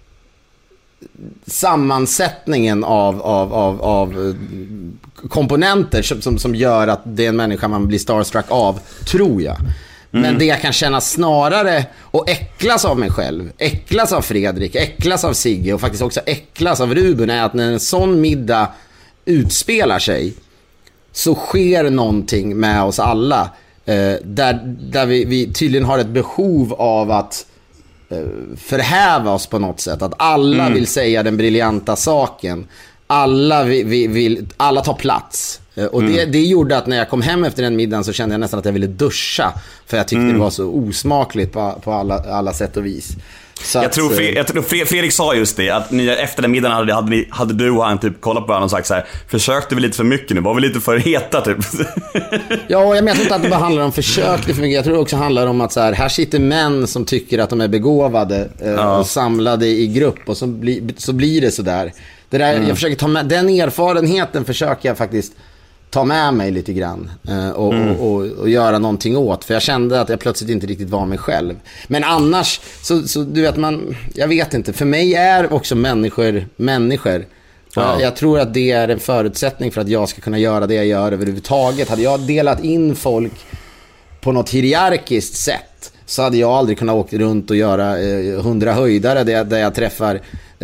sammansättningen av komponenter som gör att det är en människa man blir starstruck av, tror jag. Men det jag kan känna snarare och äcklas av mig själv, äcklas av Fredrik, äcklas av Sigge och faktiskt också äcklas av Ruben, är att när en sån middag utspelar sig så sker någonting med oss alla där vi tydligen har ett behov av att förhäva oss på något sätt, att alla vill säga den briljanta saken, alla tar plats. Och det gjorde att när jag kom hem efter den middagen så kände jag nästan att jag ville duscha. För jag tyckte det var så osmakligt på alla sätt och vis. Så jag tror Fredrik sa just det, att ni, efter den middagen hade du och han typ kollat på varandra och sagt så här: försökte vi lite för mycket nu, var vi lite för heta typ. Ja, jag menar inte att det bara handlar om försökte för mycket. Jag tror det också handlar om att så här sitter män som tycker att de är begåvade och samlade i grupp, och så blir det så där. Det där jag försöker ta med, den erfarenheten försöker jag faktiskt ta med mig lite grann och göra någonting åt. För jag kände att jag plötsligt inte riktigt var mig själv. Men annars, så du vet jag vet inte. För mig är också människor. Ja. Jag tror att det är en förutsättning för att jag ska kunna göra det jag gör överhuvudtaget. Hade jag delat in folk på något hierarkiskt sätt, så hade jag aldrig kunnat åka runt och göra 100 höjdare där jag träffar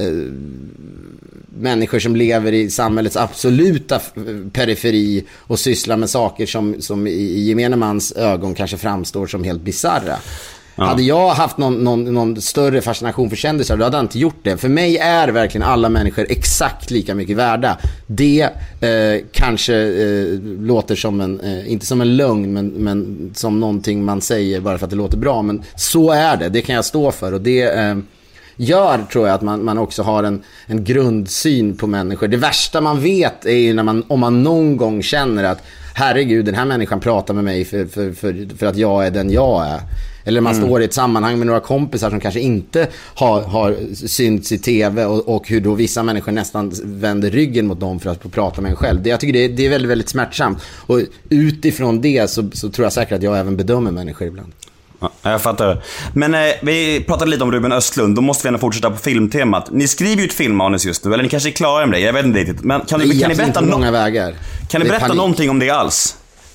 människor som lever i samhällets absoluta periferi och sysslar med saker som i gemene mans ögon kanske framstår som helt bizarra. Ja. Hade jag haft någon större fascination för kändisar, då hade jag inte gjort det. För mig är verkligen alla människor exakt lika mycket värda. Det kanske låter som inte som en lögn, men som någonting man säger bara för att det låter bra. Men så är det, det kan jag stå för. Och det gör, tror jag, att man också har en grundsyn på människor. Det värsta man vet är ju om man någon gång känner att herregud, den här människan pratar med mig för att jag är den jag är. Eller man står i ett sammanhang med några kompisar som kanske inte har synts i tv, och hur då vissa människor nästan vänder ryggen mot dem för att få prata med en själv. Jag tycker det är väldigt, väldigt smärtsamt. Och utifrån det så tror jag säkert att jag även bedömer människor ibland. Ja, jag fattar. Men vi pratade lite om Ruben Östlund. Då måste vi ändå fortsätta på filmtemat. Ni skriver ju ett filmmanus just nu, eller ni kanske är klara med det, jag vet inte riktigt. Men kan ni berätta Kan ni berätta någonting om det alls?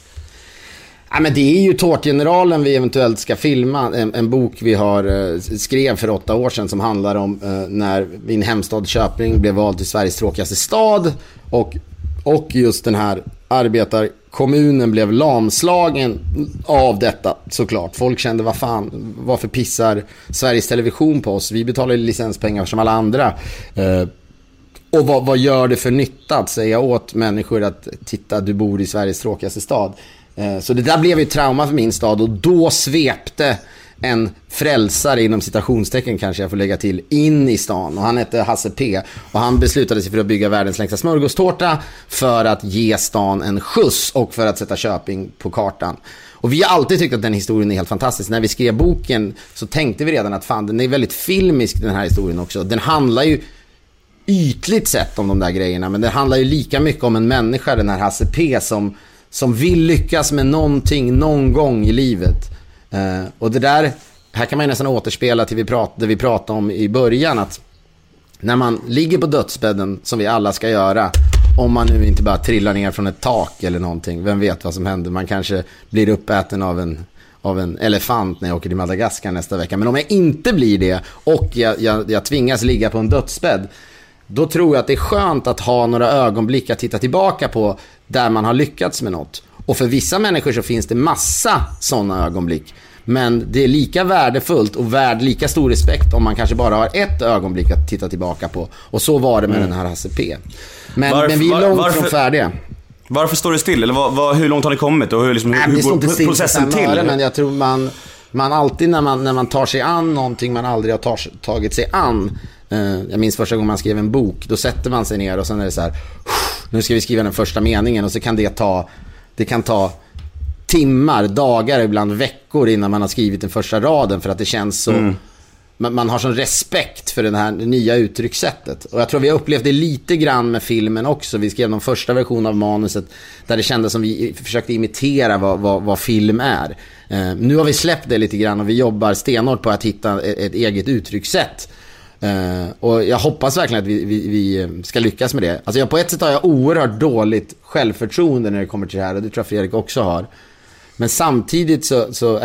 Ja, men det är ju Tårtgeneralen vi eventuellt ska filma. En bok vi skrev för 8 år sedan som handlar om när min hemstad Köping blev vald till Sveriges tråkigaste stad. Och just den här arbetarkommunen blev lamslagen av detta, såklart. Folk kände, varför pissar Sveriges Television på oss? Vi betalar licenspengar som alla andra. Och vad gör det för nytta att säga åt människor att titta, du bor i Sveriges tråkigaste stad? Så det där blev ju trauma för min stad, och då svepte en frälsare inom citationstecken, kanske jag får lägga till, in i stan, och han hette Hasse P, och han beslutade sig för att bygga världens längsta smörgåstårta för att ge stan en skjuts och för att sätta Köping på kartan. Och vi har alltid tyckt att den historien är helt fantastisk. När vi skrev boken så tänkte vi redan att den är väldigt filmisk, den här historien också. Den handlar ju ytligt sett om de där grejerna, men det handlar ju lika mycket om en människa, den här Hasse P, som vill lyckas med någonting någon gång i livet. Och det där, här kan man ju nästan återspela till det vi pratade om i början, att när man ligger på dödsbädden, som vi alla ska göra, om man nu inte bara trillar ner från ett tak eller någonting, vem vet vad som händer, man kanske blir uppäten av en elefant när jag åker till Madagaskar nästa vecka. Men om jag inte blir det och jag tvingas ligga på en dödsbädd, då tror jag att det är skönt att ha några ögonblick att titta tillbaka på där man har lyckats med något. Och för vissa människor så finns det massa sådana ögonblick. Men det är lika värdefullt och värd lika stor respekt om man kanske bara har ett ögonblick att titta tillbaka på. Och så var det med den här Hasse P. Men vi är långt från färdiga. Varför står det still? Eller hur långt har ni kommit? Och hur går processen till? Men jag tror man alltid när man tar sig an någonting man aldrig har tagit sig an. Jag minns första gången man skrev en bok, då sätter man sig ner och sen är det så här, nu ska vi skriva den första meningen, och så kan det kan ta timmar, dagar, ibland veckor innan man har skrivit den första raden, för att det känns så man har sån respekt för det här nya uttryckssättet. Och jag tror vi har upplevt det lite grann med filmen också. Vi skrev någon första version av manuset där det kändes som vi försökte imitera vad film är. Nu har vi släppt det lite grann och vi jobbar stenhårt på att hitta ett eget uttryckssätt. Och jag hoppas verkligen att vi ska lyckas med det. Alltså på ett sätt har jag oerhört dåligt självförtroende när det kommer till det här, och det tror jag Fredrik också har. Men samtidigt så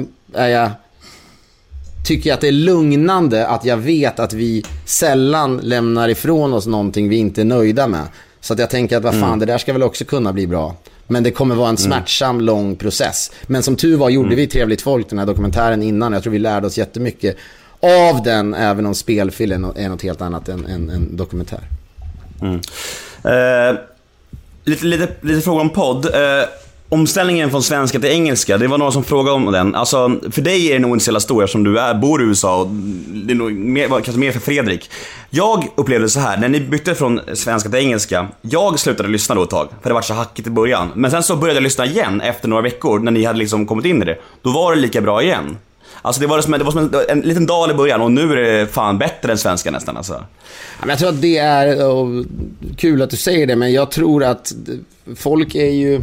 tycker jag att det är lugnande att jag vet att vi sällan lämnar ifrån oss någonting vi inte är nöjda med. Så att jag tänker att vad fan, det där ska väl också kunna bli bra. Men det kommer vara en smärtsam, lång process. Men som tur var gjorde vi Trevligt folk, den här dokumentären innan. Jag tror vi lärde oss jättemycket av den, även om spelfilmen är något helt annat än en dokumentär. Lite fråga om podd. Omställningen från svenska till engelska, det var någon som frågade om den. Alltså, för dig är det nog inte så jävla stor som du bor i USA, och det är nog kanske mer för Fredrik. Jag upplevde så här, när ni bytte från svenska till engelska, jag slutade lyssna då ett tag, för det var så hackigt i början. Men sen så började jag lyssna igen efter några veckor, när ni hade liksom kommit in i det. Då var det lika bra igen. Alltså det var som en liten dal i början, och nu är det fan bättre än svenska nästan alltså. Men jag tror att det är kul att du säger det, men jag tror att folk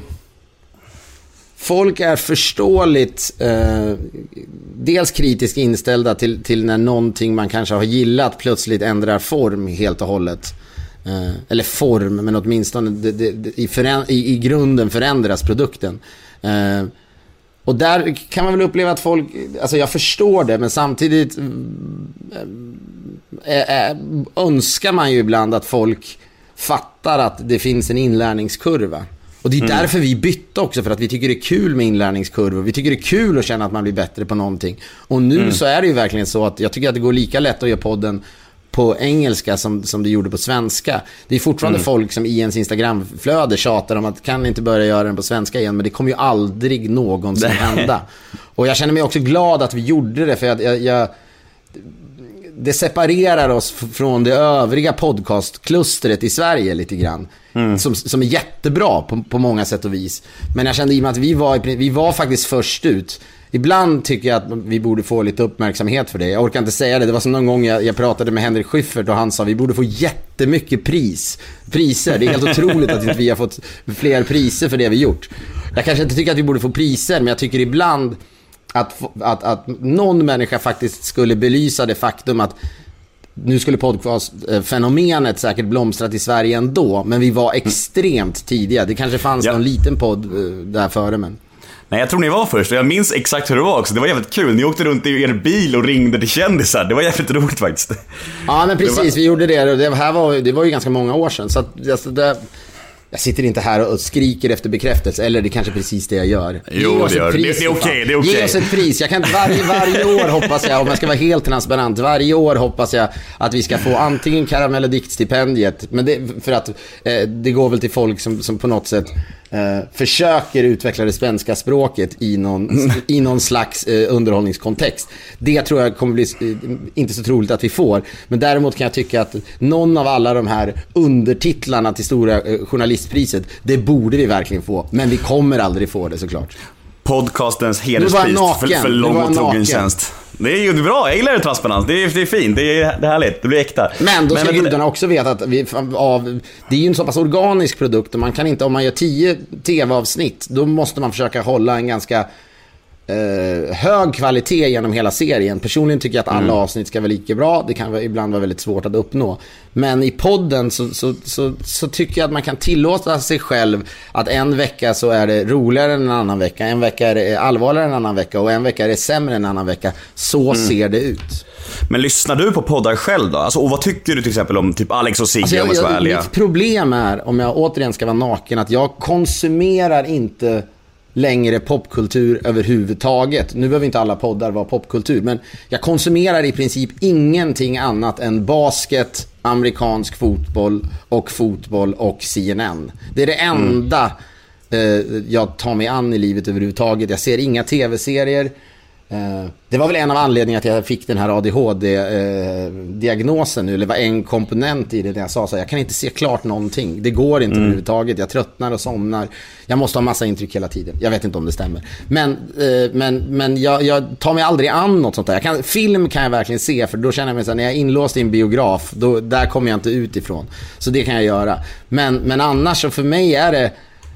är förståeligt dels kritiskt inställda till när någonting man kanske har gillat plötsligt ändrar form helt och hållet. Eller form, men åtminstone i grunden förändras produkten. Och där kan man väl uppleva att folk, alltså jag förstår det, men samtidigt önskar man ju ibland att folk fattar att det finns en inlärningskurva. Och det är därför vi bytte också, för att vi tycker det är kul med inlärningskurvor. Vi tycker det är kul att känna att man blir bättre på någonting. Och nu så är det ju verkligen så att jag tycker att det går lika lätt att göra podden på engelska som det gjorde på svenska. Det är fortfarande folk som i ens Instagramflöde tjatar om att kan inte börja göra den på svenska igen, men det kommer ju aldrig någonsin hända. Och jag känner mig också glad att vi gjorde det, för det separerar oss från det övriga podcastklustret i Sverige lite grann. Som är jättebra på många sätt och vis. Men jag kände i och med att vi var faktiskt först ut. Ibland tycker jag att vi borde få lite uppmärksamhet för det. Jag orkar inte säga det. Det var som någon gång jag pratade med Henrik Schyffert, och han sa vi borde få jättemycket priser. Det är helt otroligt att inte vi har fått fler priser för det vi gjort. Jag kanske inte tycker att vi borde få priser, men jag tycker ibland att någon människa faktiskt skulle belysa det faktum att nu skulle podcastfenomenet säkert blomstrat i Sverige ändå, men vi var extremt tidiga. Det kanske fanns någon liten podd där före, men... Nej, jag tror ni var först, och jag minns exakt hur det var också. Det var jävligt kul, ni åkte runt i er bil och ringde till kändisar. Det var jävligt roligt faktiskt. Ja, men precis, vi gjorde det. Det var ju ganska många år sedan. Så att, alltså, jag sitter inte här och skriker efter bekräftelse. Eller det är kanske precis det jag gör. Jo, det gör. Det är okej. Ge oss ett pris. Jag kan inte varje år hoppas jag, om jag ska vara helt transparent, varje år hoppas jag att vi ska få antingen Karamell- och diktstipendiet. Men för att det går väl till folk som på något sätt försöker utveckla det svenska språket i någon slags underhållningskontext. Det tror jag kommer bli inte så troligt att vi får. Men däremot kan jag tycka att någon av alla de här undertitlarna till stora journalistpriset, det borde vi verkligen få. Men vi kommer aldrig få det, såklart. Podcastens hederspris för lång och trogen tjänst. Det är ju bra, jag gillar det, transparens. Det är fint, det är härligt, det blir äkta. Men då ska gudarna också veta att det är ju en så pass organisk produkt, och man kan inte, om man gör 10 tv-avsnitt, då måste man försöka hålla en ganska hög kvalitet genom hela serien. Personligen tycker jag att alla avsnitt ska vara lika bra. Det kan ibland vara väldigt svårt att uppnå. Men i podden så tycker jag att man kan tillåta sig själv att en vecka så är det roligare än en annan vecka. En vecka är det allvarligare än en annan vecka. Och en vecka är det sämre än en annan vecka. Så ser det ut. Men lyssnar du på poddar själv då? Alltså, och vad tycker du till exempel om typ Alex och Sigge, om jag ska vara ärliga? Mitt problem är, om jag återigen ska vara naken, att jag konsumerar inte längre popkultur överhuvudtaget. Nu behöver inte alla poddar vara popkultur, men jag konsumerar i princip ingenting annat än basket, amerikansk fotboll och CNN. Det är det enda jag tar mig an i livet överhuvudtaget. Jag ser inga tv-serier. Det var väl en av anledningarna till att jag fick den här ADHD-diagnosen nu, eller var en komponent i det, där jag sa så här, jag kan inte se klart någonting. Det går inte överhuvudtaget. Jag tröttnar och somnar. Jag måste ha massa intryck hela tiden. Jag vet inte om det stämmer. Men jag tar mig aldrig an något sånt där. Film kan jag verkligen se, för då känner jag mig så här, när jag är inlåst i en biograf, där kommer jag inte ut ifrån. Så det kan jag göra. Men annars så för mig är det...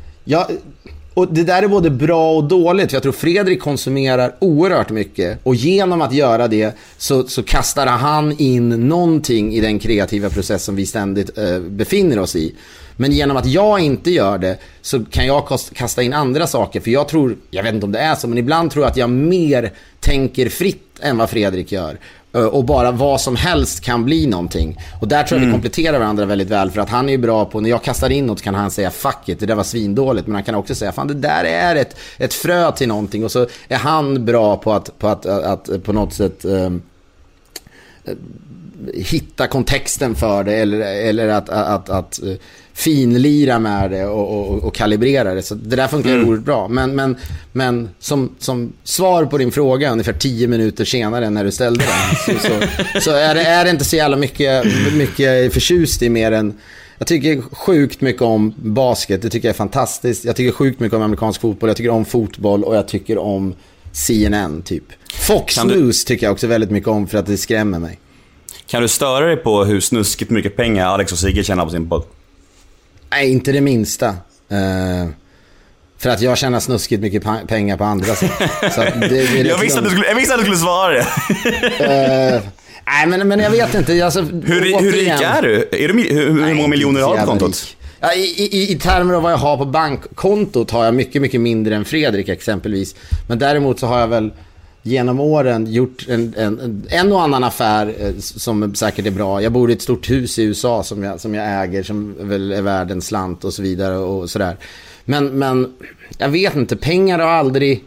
Och det där är både bra och dåligt, för jag tror Fredrik konsumerar oerhört mycket, och genom att göra det så kastar han in någonting i den kreativa process som vi ständigt befinner oss i. Men genom att jag inte gör det så kan jag kasta in andra saker, för jag vet inte om det är så, men ibland tror jag att jag mer tänker fritt än vad Fredrik gör. Och bara vad som helst kan bli någonting. Och där tror jag vi kompletterar varandra väldigt väl, för att han är ju bra på, när jag kastar in något kan han säga fuck it, det där var svindåligt, men han kan också säga fan, det där är ett frö till någonting, och så är han bra på att på något sätt hitta kontexten för det eller att finlira med det och kalibrera det. Så det där funkar oerhört bra. Men som svar på din fråga ungefär 10 minuter senare när du ställde den så är det inte så jävla mycket förtjust i mer än jag tycker sjukt mycket om basket. Det tycker jag är fantastiskt. Jag tycker sjukt mycket om amerikansk fotboll. Jag tycker om fotboll och jag tycker om CNN typ. Fox News tycker jag också väldigt mycket om för att det skrämmer mig. Kan du störa dig på hur snuskigt mycket pengar Alex och Sigge tjänar på sin podd? Nej, inte det minsta. För att jag tjänar snuskigt mycket pengar på andra sätt. Så jag visste att du skulle svara det. Nej, men jag vet inte. Alltså, hur rik är du? Hur många miljoner har du på kontot? Ja, i termer av vad jag har på bankkontot har jag mycket, mycket mindre än Fredrik exempelvis. Men däremot så har jag väl genom åren gjort en och annan affär som säkert är bra. Jag bor i ett stort hus i USA som jag äger som väl är värd en slant och så vidare och sådär. Men jag vet inte, pengar har aldrig...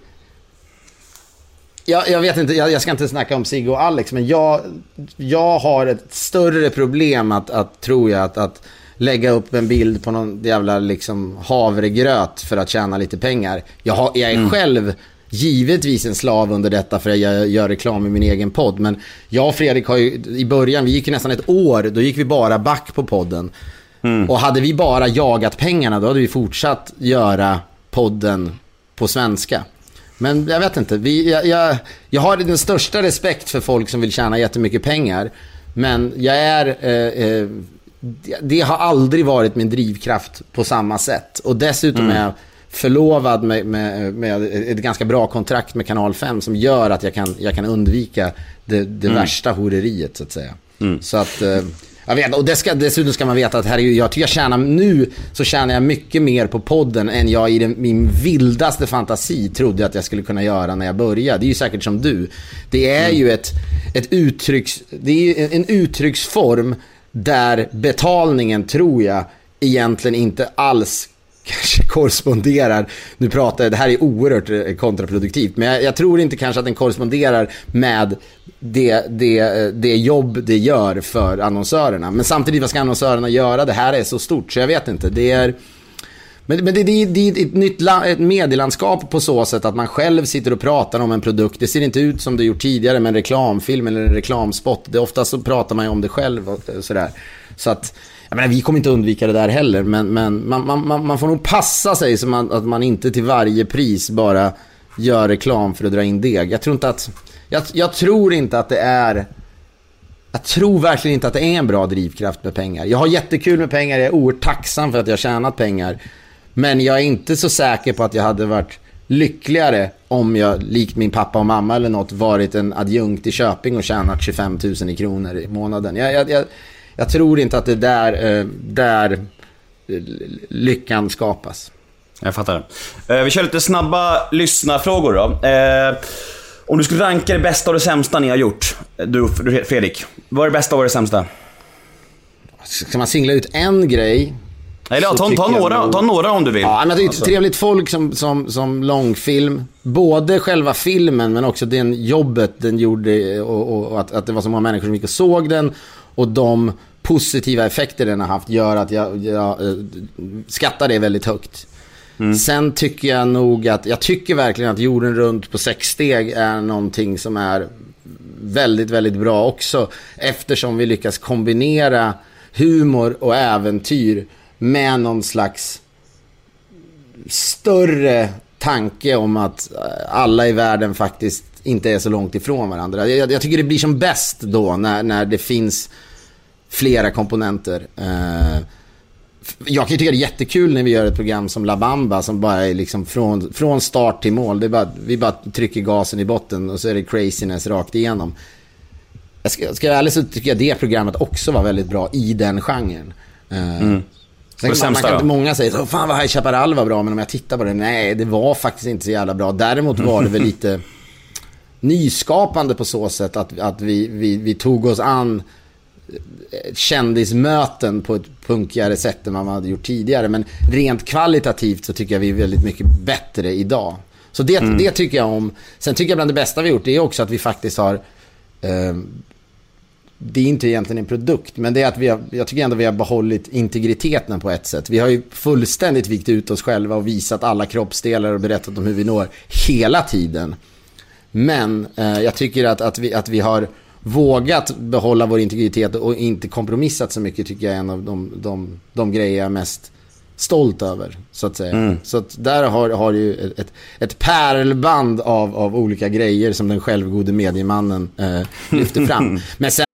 Jag vet inte, jag ska inte snacka om Sigge och Alex, men jag har ett större problem att tror jag att lägga upp en bild på någon jävla liksom havregröt för att tjäna lite pengar. Jag är själv givetvis en slav under detta för att jag gör reklam i min egen podd, men jag och Fredrik har ju i början, vi gick ju nästan ett år, då gick vi bara back på podden. Och hade vi bara jagat pengarna, då hade vi fortsatt göra podden på svenska. Men jag vet inte, jag har den största respekt för folk som vill tjäna jättemycket pengar, men det har aldrig varit min drivkraft på samma sätt. Och dessutom är jag förlovad med ett ganska bra kontrakt med Kanal 5 som gör att jag kan undvika det värsta horeriet så att säga. Så att jag vet, och dessutom ska man veta att jag tycker jag tjänar mycket mer på podden än jag i min vildaste fantasi trodde att jag skulle kunna göra när jag började. Det är ju säkert som du. Det är ju det är en uttrycksform där betalningen, tror jag, egentligen inte alls kanske korresponderar. Nu pratar jag, det här är oerhört kontraproduktivt, men jag tror inte kanske att den korresponderar med det jobb det gör för annonsörerna. Men samtidigt, vad ska annonsörerna göra? Det här är så stort så jag vet inte. Det är ett nytt ett medielandskap på så sätt att man själv sitter och pratar om en produkt. Det ser inte ut som det gjort tidigare med en reklamfilm eller en reklamspot. Det ofta så pratar man ju om det själv och sådär. Så att jag menar, vi kommer inte undvika det där heller, men man får nog passa sig så att man inte till varje pris bara gör reklam för att dra in deg. Jag tror inte att det är... Jag tror verkligen inte att det är en bra drivkraft med pengar. Jag har jättekul med pengar, jag är oerhört tacksam för att jag har tjänat pengar. Men jag är inte så säker på att jag hade varit lyckligare om jag, likt min pappa och mamma eller något, varit en adjunkt i Köping och tjänat 25 000 kronor i månaden. Jag tror inte att det där lyckan skapas. Jag fattar. Vi kör lite snabba lyssnarfrågor då. Om du skulle ranka det bästa och det sämsta ni har gjort, du Fredrik, vad är det bästa och det sämsta? Ska man singla ut en grej? Eller ta några om du vill. Ja, men det är trevligt folk som långfilm. Både själva filmen men också den jobbet den gjorde och att det var så många människor som gick och såg den. Och de positiva effekter den har haft gör att jag skattar det väldigt högt. Sen tycker jag nog jag tycker verkligen att Jorden runt på 6 steg är någonting som är väldigt, väldigt bra också. Eftersom vi lyckas kombinera humor och äventyr med någon slags större tanke om att alla i världen faktiskt inte är så långt ifrån varandra. Jag tycker det blir som bäst då när det finns flera komponenter. Jag kan ju tycka det är jättekul när vi gör ett program som La Bamba som bara är liksom från start till mål. Det är bara, vi bara trycker gasen i botten och så är det craziness rakt igenom. Ska jag ärligt så tycker jag det programmet också var väldigt bra i den genren. Man kan inte många säga så, fan vad High Chaparral var bra, men om jag tittar på det, nej, det var faktiskt inte så jävla bra. Däremot var det väl lite nyskapande på så sätt att vi tog oss an kändismöten på ett punkigare sätt än man hade gjort tidigare. Men rent kvalitativt så tycker jag vi är väldigt mycket bättre idag. Så det tycker jag om. Sen tycker jag bland det bästa vi gjort det är också att vi faktiskt har det är inte egentligen en produkt, men det är att jag tycker ändå vi har behållit integriteten på ett sätt. Vi har ju fullständigt vikt ut oss själva och visat alla kroppsdelar och berättat om hur vi når hela tiden. Men jag tycker att vi har vågat behålla vår integritet och inte kompromissat så mycket, tycker jag är en av de grejer jag är mest stolt över, så att säga. Så att där har ju ett pärlband av olika grejer som den självgode mediemannen lyfter fram. Men sen...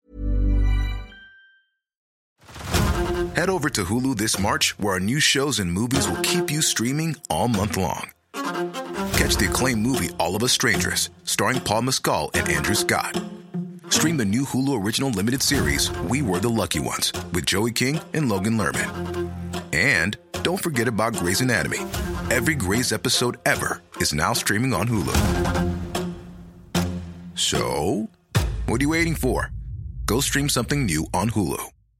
Head over to Hulu this March, where our new shows and movies will keep you streaming all month long. Catch the acclaimed movie All of Us Strangers, starring Paul Mescal and Andrew Scott. Stream the new Hulu original limited series We Were the Lucky Ones with Joey King and Logan Lerman. And don't forget about Grey's Anatomy. Every Grey's episode ever is now streaming on Hulu. So, what are you waiting for? Go stream something new on Hulu.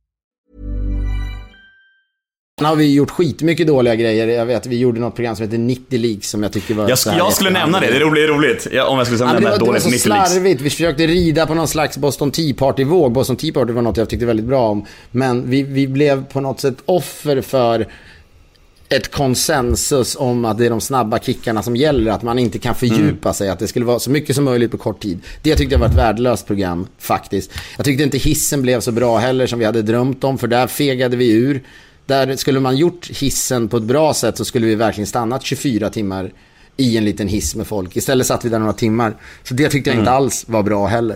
Nu har vi gjort skitmycket dåliga grejer. Jag vet, vi gjorde något program som heter 90 Leaks som jag tycker var... Jag skulle nämna det, det är roligt. Ja, om jag skulle nämna det var så slarvigt. Vi försökte rida på någon slags Boston Tea Party-våg. Boston Tea Party var något jag tyckte väldigt bra om. Men vi blev på något sätt offer för ett konsensus om att det är de snabba kickarna som gäller, att man inte kan fördjupa sig, att det skulle vara så mycket som möjligt på kort tid. Det tyckte jag var ett värdelöst program faktiskt. Jag tyckte inte hissen blev så bra heller som vi hade drömt om, för där fegade vi ur. Där skulle man gjort hissen på ett bra sätt så skulle vi verkligen stannat 24 timmar i en liten hiss med folk. Istället satt vi där några timmar. Så det tyckte jag inte alls var bra heller.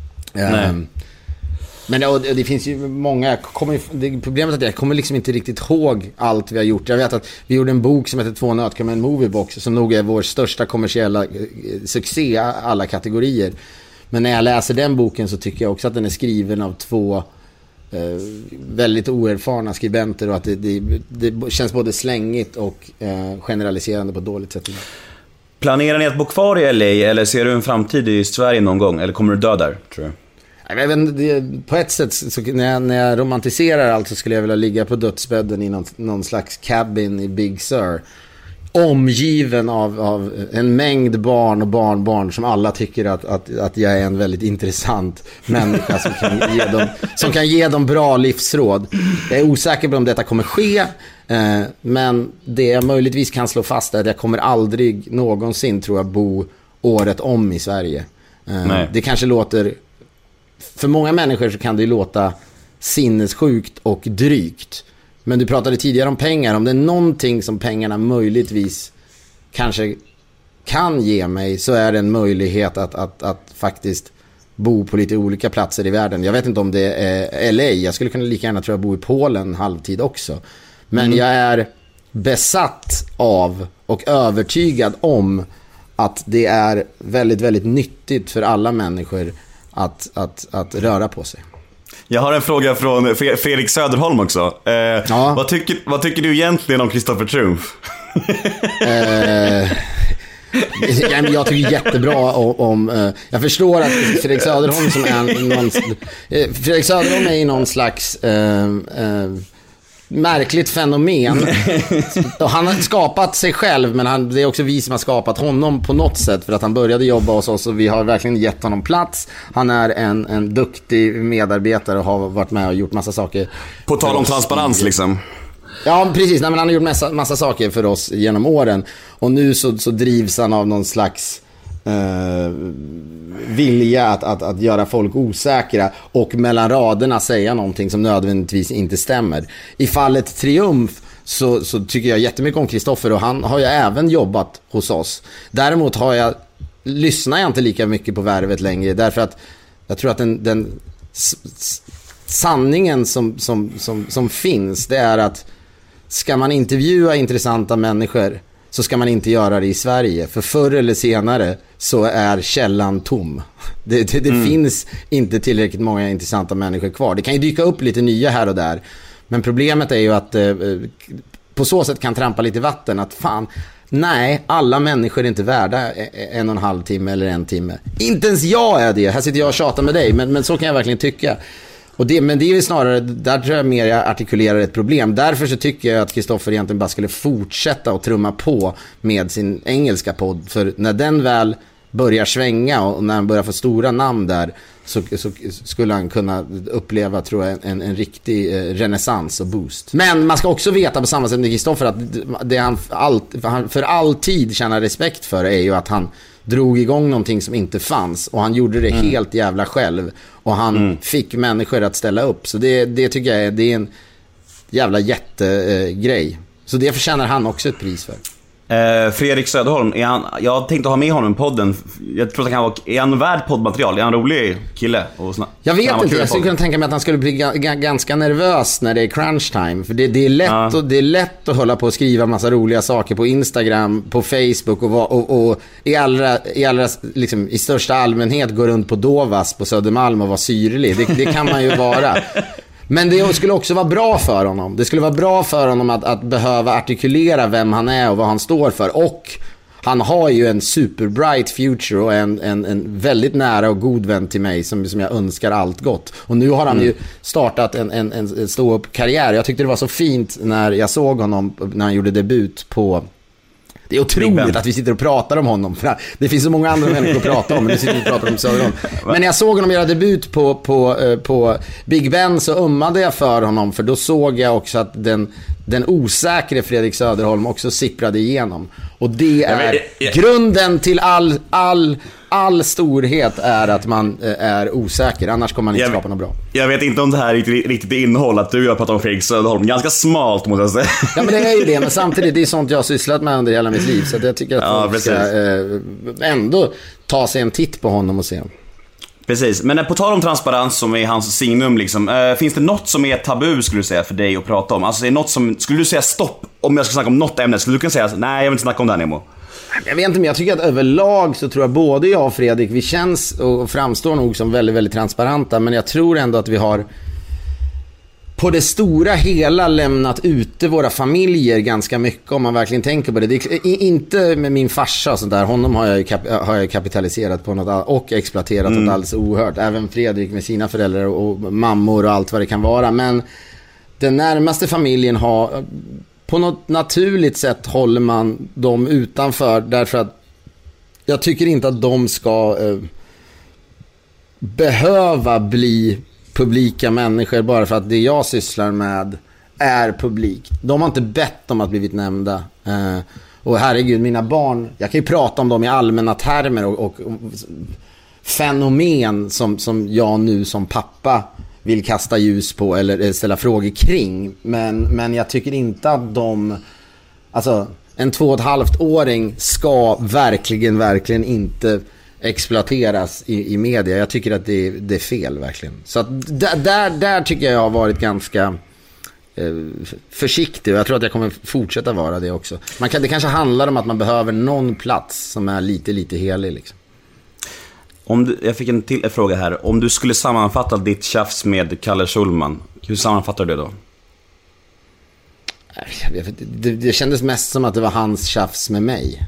Men det finns ju många... Problemet är att jag kommer liksom inte riktigt ihåg allt vi har gjort. Jag vet att vi gjorde en bok som heter 2 nötkar, en moviebox, som nog är vår största kommersiella succé i alla kategorier. Men när jag läser den boken så tycker jag också att den är skriven av 2... väldigt oerfarna skribenter och att det känns både slängigt och generaliserande på ett dåligt sätt. Planerar ni att bo kvar i LA eller ser du en framtid i Sverige någon gång, eller kommer du dö där, tror du? På ett sätt så när jag romantiserar allt så skulle jag vilja ligga på dödsbädden i någon slags cabin i Big Sur, omgiven av en mängd barn och barnbarn som alla tycker att jag är en väldigt intressant människa som kan ge dem bra livsråd. Jag är osäker på om detta kommer ske, men det jag möjligtvis kan slå fast är att jag kommer aldrig någonsin, tror jag, bo året om i Sverige. Det kanske låter, för många människor så kan det låta sinnessjukt och drygt. Men du pratade tidigare om pengar. Om det är någonting som pengarna möjligtvis kanske kan ge mig, så är det en möjlighet att faktiskt bo på lite olika platser i världen. Jag vet inte om det är LA. Jag skulle kunna lika gärna, tror jag, bo i Polen halvtid också. Men jag är besatt av och övertygad om att det är väldigt, väldigt nyttigt för alla människor att röra på sig. Jag har en fråga från Fredrik Söderholm också. Vad tycker du egentligen om Kristoffer Triumf? Jag tycker jättebra om... jag förstår att Fredrik Söderholm som är Fredrik Söderholm är i någon slags... märkligt fenomen. Han har skapat sig själv, men det är också vi som har skapat honom på något sätt, för att han började jobba hos oss och vi har verkligen gett honom plats. Han är en duktig medarbetare och har varit med och gjort massa saker. På tal om transparens liksom. Ja, precis. Nej, men han har gjort massa saker för oss genom åren. Och nu så drivs han av någon slags vilja att göra folk osäkra och mellan raderna säga någonting som nödvändigtvis inte stämmer. I fallet Triumf så tycker jag jättemycket om Kristoffer, och han har ju även jobbat hos oss. Däremot lyssnar jag inte lika mycket på Värvet längre, därför att jag tror att den sanningen som finns, det är att ska man intervjua intressanta människor så ska man inte göra det i Sverige, för förr eller senare så är källan tom. Det finns inte tillräckligt många intressanta människor kvar. Det kan ju dyka upp lite nya här och där, men problemet är ju att på så sätt kan trampa lite vatten, att fan, nej, alla människor är inte värda 1,5 timme eller 1 timme. Inte ens jag är det. Här sitter jag och tjatar med dig, men så kan jag verkligen tycka. Men det är ju snarare, där tror jag mer jag artikulerar ett problem. Därför så tycker jag att Kristoffer egentligen bara skulle fortsätta och trumma på med sin engelska podd. För när den väl börjar svänga och när han börjar få stora namn där, så skulle han kunna uppleva, tror jag, en riktig renässans och boost. Men man ska också veta på samma sätt med Kristoffer att det han för all tid känner respekt för är ju att han drog igång någonting som inte fanns, och han gjorde det helt jävla själv, och han fick människor att ställa upp. Så det tycker jag det är en jävla jättegrej. Så det förtjänar han också ett pris för. Fredrik Söderholm, jag tänkte ha med honom i podden. Jag tror att är han värd poddmaterial? Är han en rolig kille? Jag vet inte, jag skulle kunna tänka mig att han skulle bli ganska nervös när det är crunch time. För det är lätt att hålla på och skriva massa roliga saker på Instagram, på Facebook och i största allmänhet gå runt på Dovas på Södermalm och vara syrlig. Det kan man ju vara. Men det skulle också vara bra för honom. Det skulle vara bra för honom att behöva artikulera vem han är och vad han står för. Och han har ju en superbright future och en väldigt nära och god vän till mig som jag önskar allt gott. Och nu har han ju startat en stå-upp-karriär. Jag tyckte det var så fint när jag såg honom när han gjorde debut på... Det är otroligt att vi sitter och pratar om honom. Det finns så många andra människor att prata om, men nu sitter vi och pratar om Söderholm. Men när jag såg honom göra debut på Big Ben så ömmade jag för honom. För då såg jag också att den osäkre Fredrik Söderholm också sipprade igenom. Och det är grunden till all storhet, är att man är osäker. Annars kommer man inte skapa något bra. Jag vet inte om det här är riktigt innehåll att du och jag pratar om Fredrik Söderholm. Ganska smalt, måste jag säga. Ja, men det är ju det. Men samtidigt, det är sånt jag har sysslat med under hela mitt liv. Så jag tycker att folk ska ändå ta sig en titt på honom och se. Precis, men på tal om transparens som är hans signum liksom, finns det något som är tabu, skulle du säga, för dig att prata om? Alltså är något som, skulle du säga stopp om jag ska snacka om något ämne? Skulle du kunna säga, nej, jag vill inte snacka om det här, Nemo? Jag vet inte, men jag tycker att överlag så tror jag både jag och Fredrik, vi känns och framstår nog som väldigt, väldigt transparenta. Men jag tror ändå att vi har på det stora hela lämnat ute våra familjer ganska mycket, om man verkligen tänker på det. Det är inte med min farsa och sånt där. Honom har jag kapitaliserat på något och exploaterat något alldeles oerhört. Även Fredrik med sina föräldrar och mammor och allt vad det kan vara. Men den närmaste familjen har... På något naturligt sätt håller man dem utanför, därför att jag tycker inte att de ska behöva bli publika människor bara för att det jag sysslar med är publikt. De har inte bett om att blivit nämnda. Och herregud, mina barn, jag kan ju prata om dem i allmänna termer och fenomen som jag nu som pappa vill kasta ljus på eller ställa frågor kring. Men jag tycker inte att alltså en 2,5-åring ska verkligen inte exploateras i media. Jag tycker att det är fel verkligen. Så att där tycker jag har varit ganska försiktig, och jag tror att jag kommer fortsätta vara det också. Det kanske handlar om att man behöver någon plats som är lite helig liksom. Jag fick en till fråga här. Om du skulle sammanfatta ditt tjafs med Kalle Schulman, hur sammanfattar du det då? Det kändes mest som att det var hans tjafs med mig.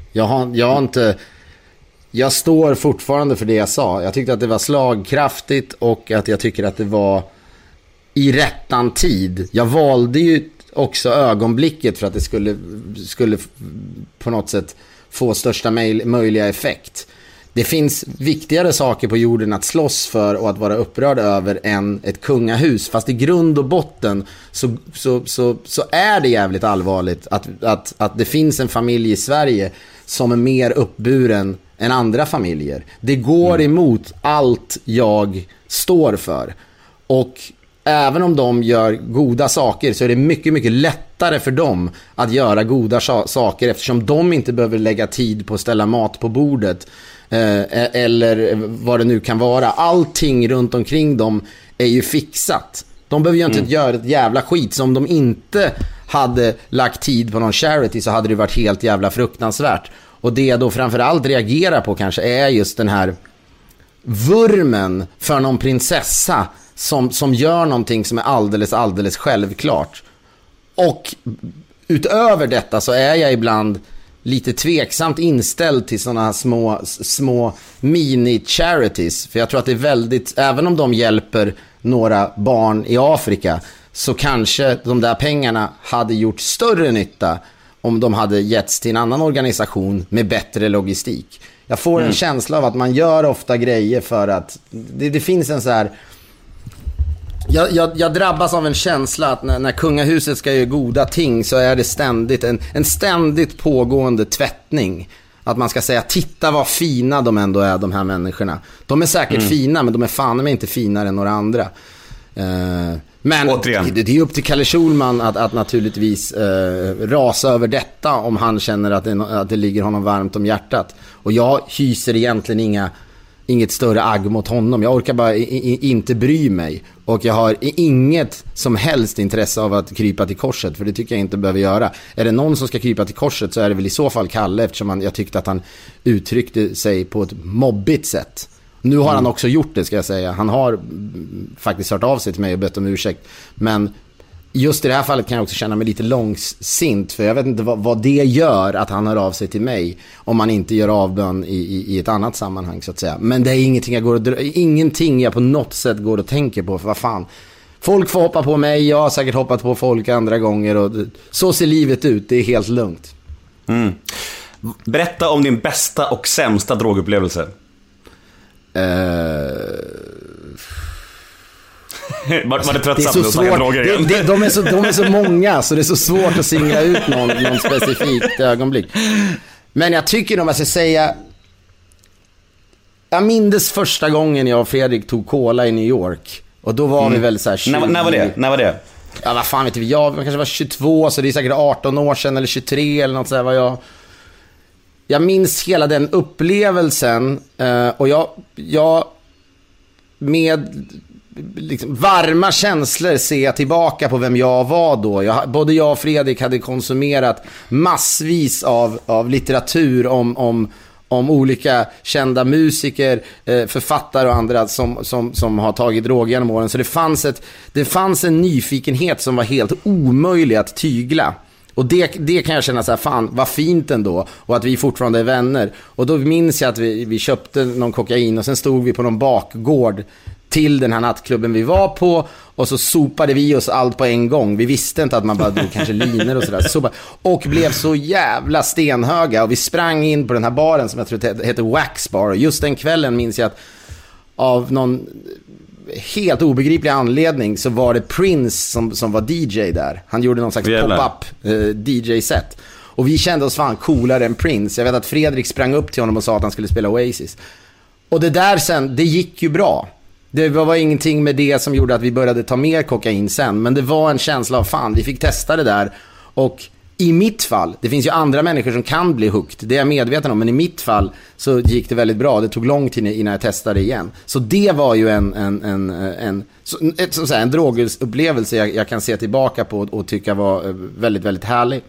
Jag står fortfarande för det jag sa. Jag tyckte att det var slagkraftigt och att jag tycker att det var i rättan tid. Jag valde ju också ögonblicket för att det skulle på något sätt få största möjliga effekt. Det finns viktigare saker på jorden att slåss för och att vara upprörd över än ett kungahus. Fast i grund och botten så är det jävligt allvarligt att det finns en familj i Sverige som är mer uppburen än andra familjer. Det går emot allt jag står för. Och även om de gör goda saker så är det mycket, mycket lättare för dem att göra goda saker, eftersom de inte behöver lägga tid på att ställa mat på bordet eller vad det nu kan vara. Allting runt omkring dem är ju fixat. De behöver ju inte göra ett jävla skit. Så om de inte hade lagt tid på någon charity så hade det varit helt jävla fruktansvärt. Och det jag då framförallt reagerar på kanske är just den här vurmen för någon prinsessa som gör någonting som är alldeles självklart. Och utöver detta så är jag ibland lite tveksamt inställd till sådana små mini-charities. För jag tror att det är väldigt, även om de hjälper några barn i Afrika, så kanske de där pengarna hade gjort större nytta om de hade getts till en annan organisation med bättre logistik. Jag får en känsla av att man gör ofta grejer för att det finns en så här. Jag drabbas av en känsla att när kungahuset ska göra goda ting så är det ständigt en ständigt pågående tvättning. Att man ska säga, titta vad fina de ändå är, de här människorna. De är säkert fina, men de är fan med inte finare än några andra. Men det är upp till Kalle Schulman att naturligtvis rasa över detta om han känner att det ligger honom varmt om hjärtat. Och jag hyser egentligen inget större agg mot honom. Jag orkar bara inte bry mig. Och jag har inget som helst intresse av att krypa till korset, för det tycker jag inte behöver göra. Är det någon som ska krypa till korset så är det väl i så fall Kalle, eftersom jag tyckte att han uttryckte sig på ett mobbigt sätt. Nu har han också gjort det, ska jag säga. Han har faktiskt hört av sig till mig och bett om ursäkt. Men just i det här fallet kan jag också känna mig lite långsint, för jag vet inte vad det gör att han hör av sig till mig om man inte gör avbön i ett annat sammanhang, så att säga. Men det är ingenting jag på något sätt går och tänker på, för vad fan. Folk får hoppa på mig, jag har säkert hoppat på folk andra gånger, och så ser livet ut, det är helt lugnt. Berätta om din bästa och sämsta drogupplevelse. Var det tröttsamt att snacka droger igen? De är så många, så det är så svårt att singla ut någon specifikt ögonblick. Men jag tycker nog, jag ska säga, jag minns första gången jag och Fredrik tog cola i New York. Och då var vi väl så här 20. När var det? Ja, vad fan vet jag kanske var 22, så det är säkert 18 år sedan, eller 23 eller något så här var jag minns hela den upplevelsen, och jag med liksom varma känslor ser jag tillbaka på vem jag var då. Både jag och Fredrik hade konsumerat massvis av litteratur om olika kända musiker, författare och andra som har tagit drog genom åren. Så det fanns en nyfikenhet som var helt omöjlig att tygla. Och det kan jag känna så här, fan vad fint ändå, och att vi fortfarande är vänner. Och då minns jag att vi köpte någon kokain, och sen stod vi på någon bakgård till den här nattklubben vi var på, och så sopade vi oss allt på en gång. Vi visste inte att man bara drog kanske liner och sådär. Och blev så jävla stenhöga, och vi sprang in på den här baren som jag tror heter Wax Bar. Och just den kvällen minns jag att av någon helt obegriplig anledning så var det Prince som var DJ där. Han gjorde någon slags pop-up DJ-set. Och vi kände oss fan coolare än Prince. Jag vet att Fredrik sprang upp till honom och sa att han skulle spela Oasis. Och det där sen, det gick ju bra. Det var ingenting med det som gjorde att vi började ta mer kokain sen. Men det var en känsla av fan, vi fick testa det där. Och i mitt fall, det finns ju andra människor som kan bli hooked, det är jag medveten om, men i mitt fall så gick det väldigt bra. Det tog lång tid innan jag testade igen. Så det var ju en drogupplevelse jag kan se tillbaka på och tycka var väldigt, väldigt härlig.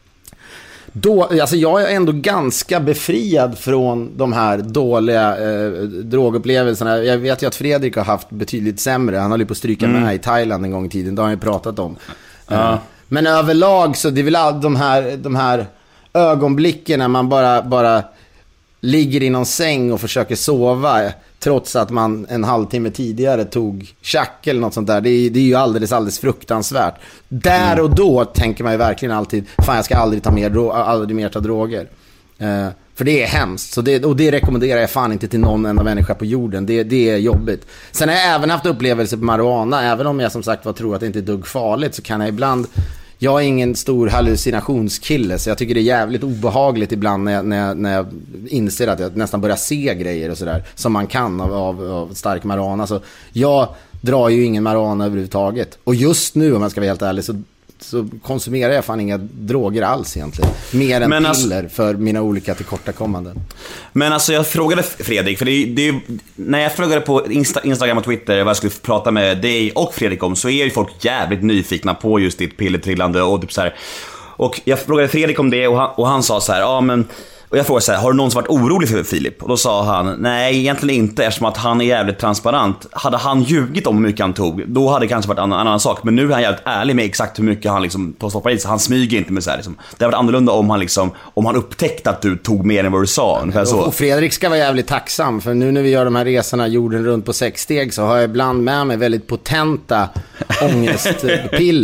Då, alltså jag är ändå ganska befriad från de här dåliga drogupplevelserna. Jag vet ju att Fredrik har haft betydligt sämre. Han höll ju på att stryka med i Thailand en gång i tiden. Det har han ju pratat om. Men överlag så det är väl de här ögonblicken när man bara ligger i någon säng och försöker sova trots att man en halvtimme tidigare tog tjack eller något sånt där. Det är ju alldeles fruktansvärt. Där och då tänker man ju verkligen alltid, fan jag ska aldrig mer ta droger. För det är hemskt. Och det rekommenderar jag fan inte till någon enda människa på jorden. Det är jobbigt. Sen har jag även haft upplevelser på marijuana. Även om jag som sagt tror att det inte är dugg farligt, så kan jag ibland... Jag är ingen stor hallucinationskille, så jag tycker det är jävligt obehagligt ibland när jag inser att jag nästan börjar se grejer och sådär som man kan av stark marijuana. Så jag drar ju ingen marijuana överhuvudtaget. Och just nu, om jag ska vara helt ärlig, så konsumerar jag fan inga droger alls egentligen. Mer än piller för mina olika tillkortakommanden. Men alltså jag frågade Fredrik, för det när jag frågade på Instagram och Twitter vad jag skulle prata med dig och Fredrik om, så är ju folk jävligt nyfikna på just ditt pillertrillande och typ så här. Och jag frågade Fredrik om det, och han sa så här, ja men... Och jag frågade så här, har du någon som varit orolig för Filip? Och då sa han, nej egentligen inte, eftersom att han är jävligt transparent. Hade han ljugit om hur mycket han tog, då hade det kanske varit en annan sak. Men nu är han jävligt ärlig med exakt hur mycket han liksom stoppar i sig. Han smyger inte med så här liksom. Det hade varit annorlunda om han upptäckte att du tog mer än vad du sa. Och Fredrik ska vara jävligt tacksam, för nu när vi gör de här resorna jorden runt på 6 steg, så har jag ibland med mig väldigt potenta ångestpiller.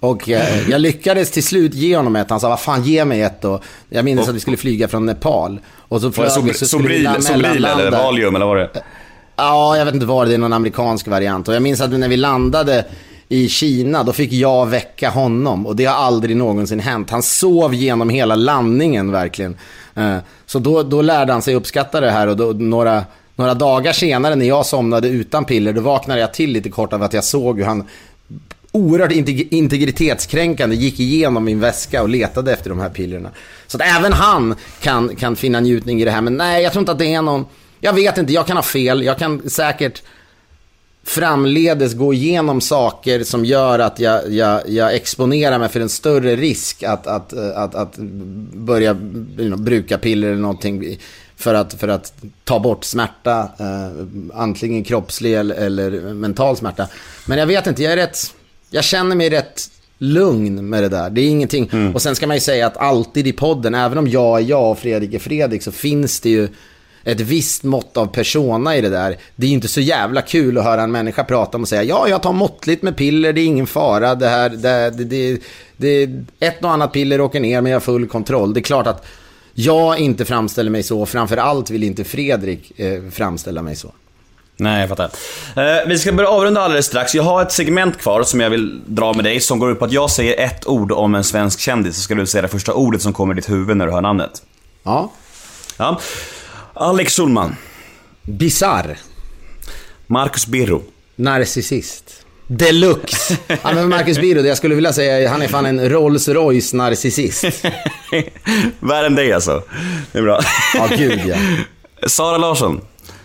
Och jag lyckades till slut ge honom ett. Han sa, vad fan, ge mig ett då. Jag minns att vi skulle flyga från Nepal. Och så flög vi, så Sobril eller Valium eller vad det? Ja, jag vet inte vad det är, någon amerikansk variant. Och jag minns att när vi landade i Kina, då fick jag väcka honom. Och det har aldrig någonsin hänt. Han sov genom hela landningen verkligen. Så då lärde han sig uppskatta det här. Och då, några dagar senare när jag somnade utan piller, då vaknade jag till lite kort av att jag såg hur han oerhört integritetskränkande gick igenom min väska och letade efter de här pillerna. Så att även han kan finna njutning i det här. Men nej, jag tror inte att det är någon... Jag vet inte, jag kan ha fel. Jag kan säkert framledes gå igenom saker som gör att jag exponerar mig för en större risk att börja bruka piller eller någonting för att ta bort smärta, antingen kroppslig eller mental smärta. Men jag vet inte, jag känner mig rätt lugn med det där. Det är ingenting. Och sen ska man ju säga att alltid i podden, även om jag är jag och Fredrik är Fredrik, så finns det ju ett visst mått av persona i det där. Det är ju inte så jävla kul att höra en människa prata om och säga, ja, jag tar måttligt med piller, det är ingen fara, det ett och annat piller åker ner, men jag har full kontroll. Det är klart att jag inte framställer mig så, framförallt vill inte Fredrik framställa mig så. Nej, jag fattar. Vi ska börja avrunda alldeles strax. Jag har ett segment kvar som jag vill dra med dig, som går ut på att jag säger ett ord om en svensk kändis, så ska du säga det första ordet som kommer i ditt huvud när du hör namnet. Ja. Alex Schulman. Bizarr. Marcus Birro. Narcissist. Deluxe. Ja, men Marcus Birro, det jag skulle vilja säga, han är fan en Rolls Royce narcissist. Värre än dig alltså. Det är bra. Ja, gud ja. Sara Larsson.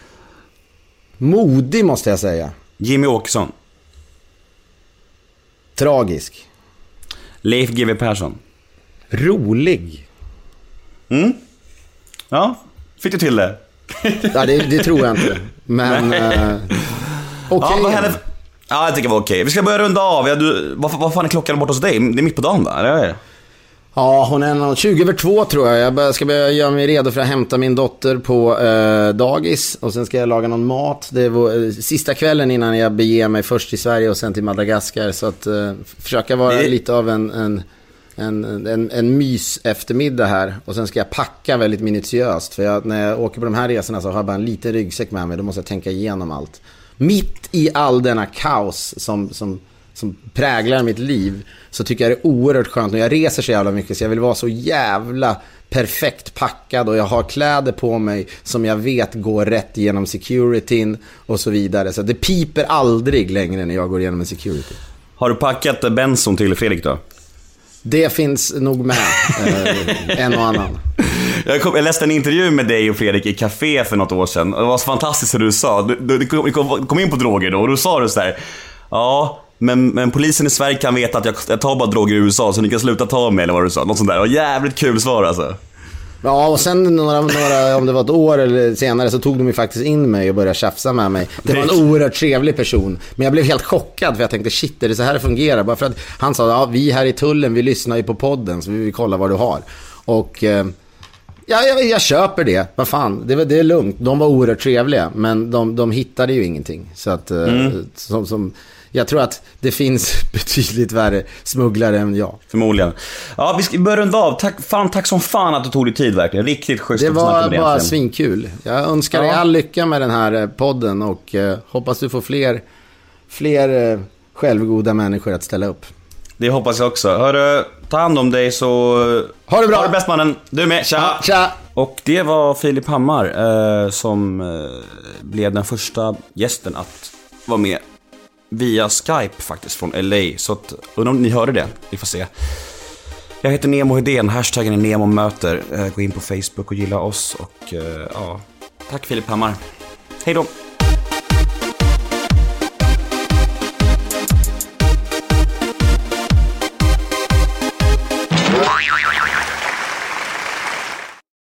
Modig måste jag säga. Jimmy Åkesson. Tragisk. Leif GW Persson. Rolig. Ja, fick du till det? Ja, det tror jag inte. Men okej. Ja, jag tycker det var okej. Vi ska börja runda av. Vad fan är klockan borta hos dig? Det är mitt på dagen, va? Eller? Ja, hon är 20:02 tror jag. Jag ska börja göra mig redo för att hämta min dotter på dagis. Och sen ska jag laga någon mat. Det var sista kvällen innan jag beger mig först till Sverige och sen till Madagaskar. Så att försöka vara lite av en mys eftermiddag här. Och sen ska jag packa väldigt minutiöst. För när jag åker på de här resorna så har jag bara en liten ryggsäck med mig. Då måste jag tänka igenom allt. Mitt i all denna kaos som präglar mitt liv, så tycker jag det är oerhört skönt. Och jag reser så jävla mycket, så jag vill vara så jävla perfekt packad. Och jag har kläder på mig som jag vet går rätt igenom securityn och så vidare. Så det piper aldrig längre när jag går igenom en security. Har du packat benson till Fredrik då? Det finns nog med en och annan. Jag läste en intervju med dig och Fredrik i café för något år sedan. Det var så fantastiskt hur du sa. Du kom in på droger då, och då sa du så här: ja, men polisen i Sverige kan veta att jag tar bara droger i USA, så ni kan sluta ta mig, eller vad du sa. Något sånt där. Och jävligt kul svar alltså. Ja, och sen några om det var ett år eller senare, så tog de ju faktiskt in mig och började tjafsa med mig. Det var en oerhört trevlig person. Men jag blev helt chockad, för jag tänkte, shit, är det så här det fungerar? Bara för att han sa, ja, vi här i tullen, vi lyssnar ju på podden, så vi vill kolla vad du har. Och jag köper det. Vad fan, det är lugnt. De var oerhört trevliga, men de hittade ju ingenting. Så att jag tror att det finns betydligt värre smugglare än jag. Förmodligen. Ja, vi ska börja runda av. Tack som fan att du tog dig tid, verkligen. Riktigt schysst. Det var bara svinkul. Jag önskar dig all lycka med den här podden. Och hoppas du får fler självgoda människor att ställa upp. Det hoppas jag också. Hörru, ta hand om dig, så ha det bra. Ha det bäst, mannen. Du med. Tja. Tja. Och det var Filip Hammar som blev den första gästen att vara med via Skype faktiskt från LA. Så att, undrar om ni hörde det. Vi får se. Jag heter Nemo Hedén. Hashtaggen är Nemo möter. Gå in på Facebook och gilla oss. Och ja, tack Filip Hammar. Hej då.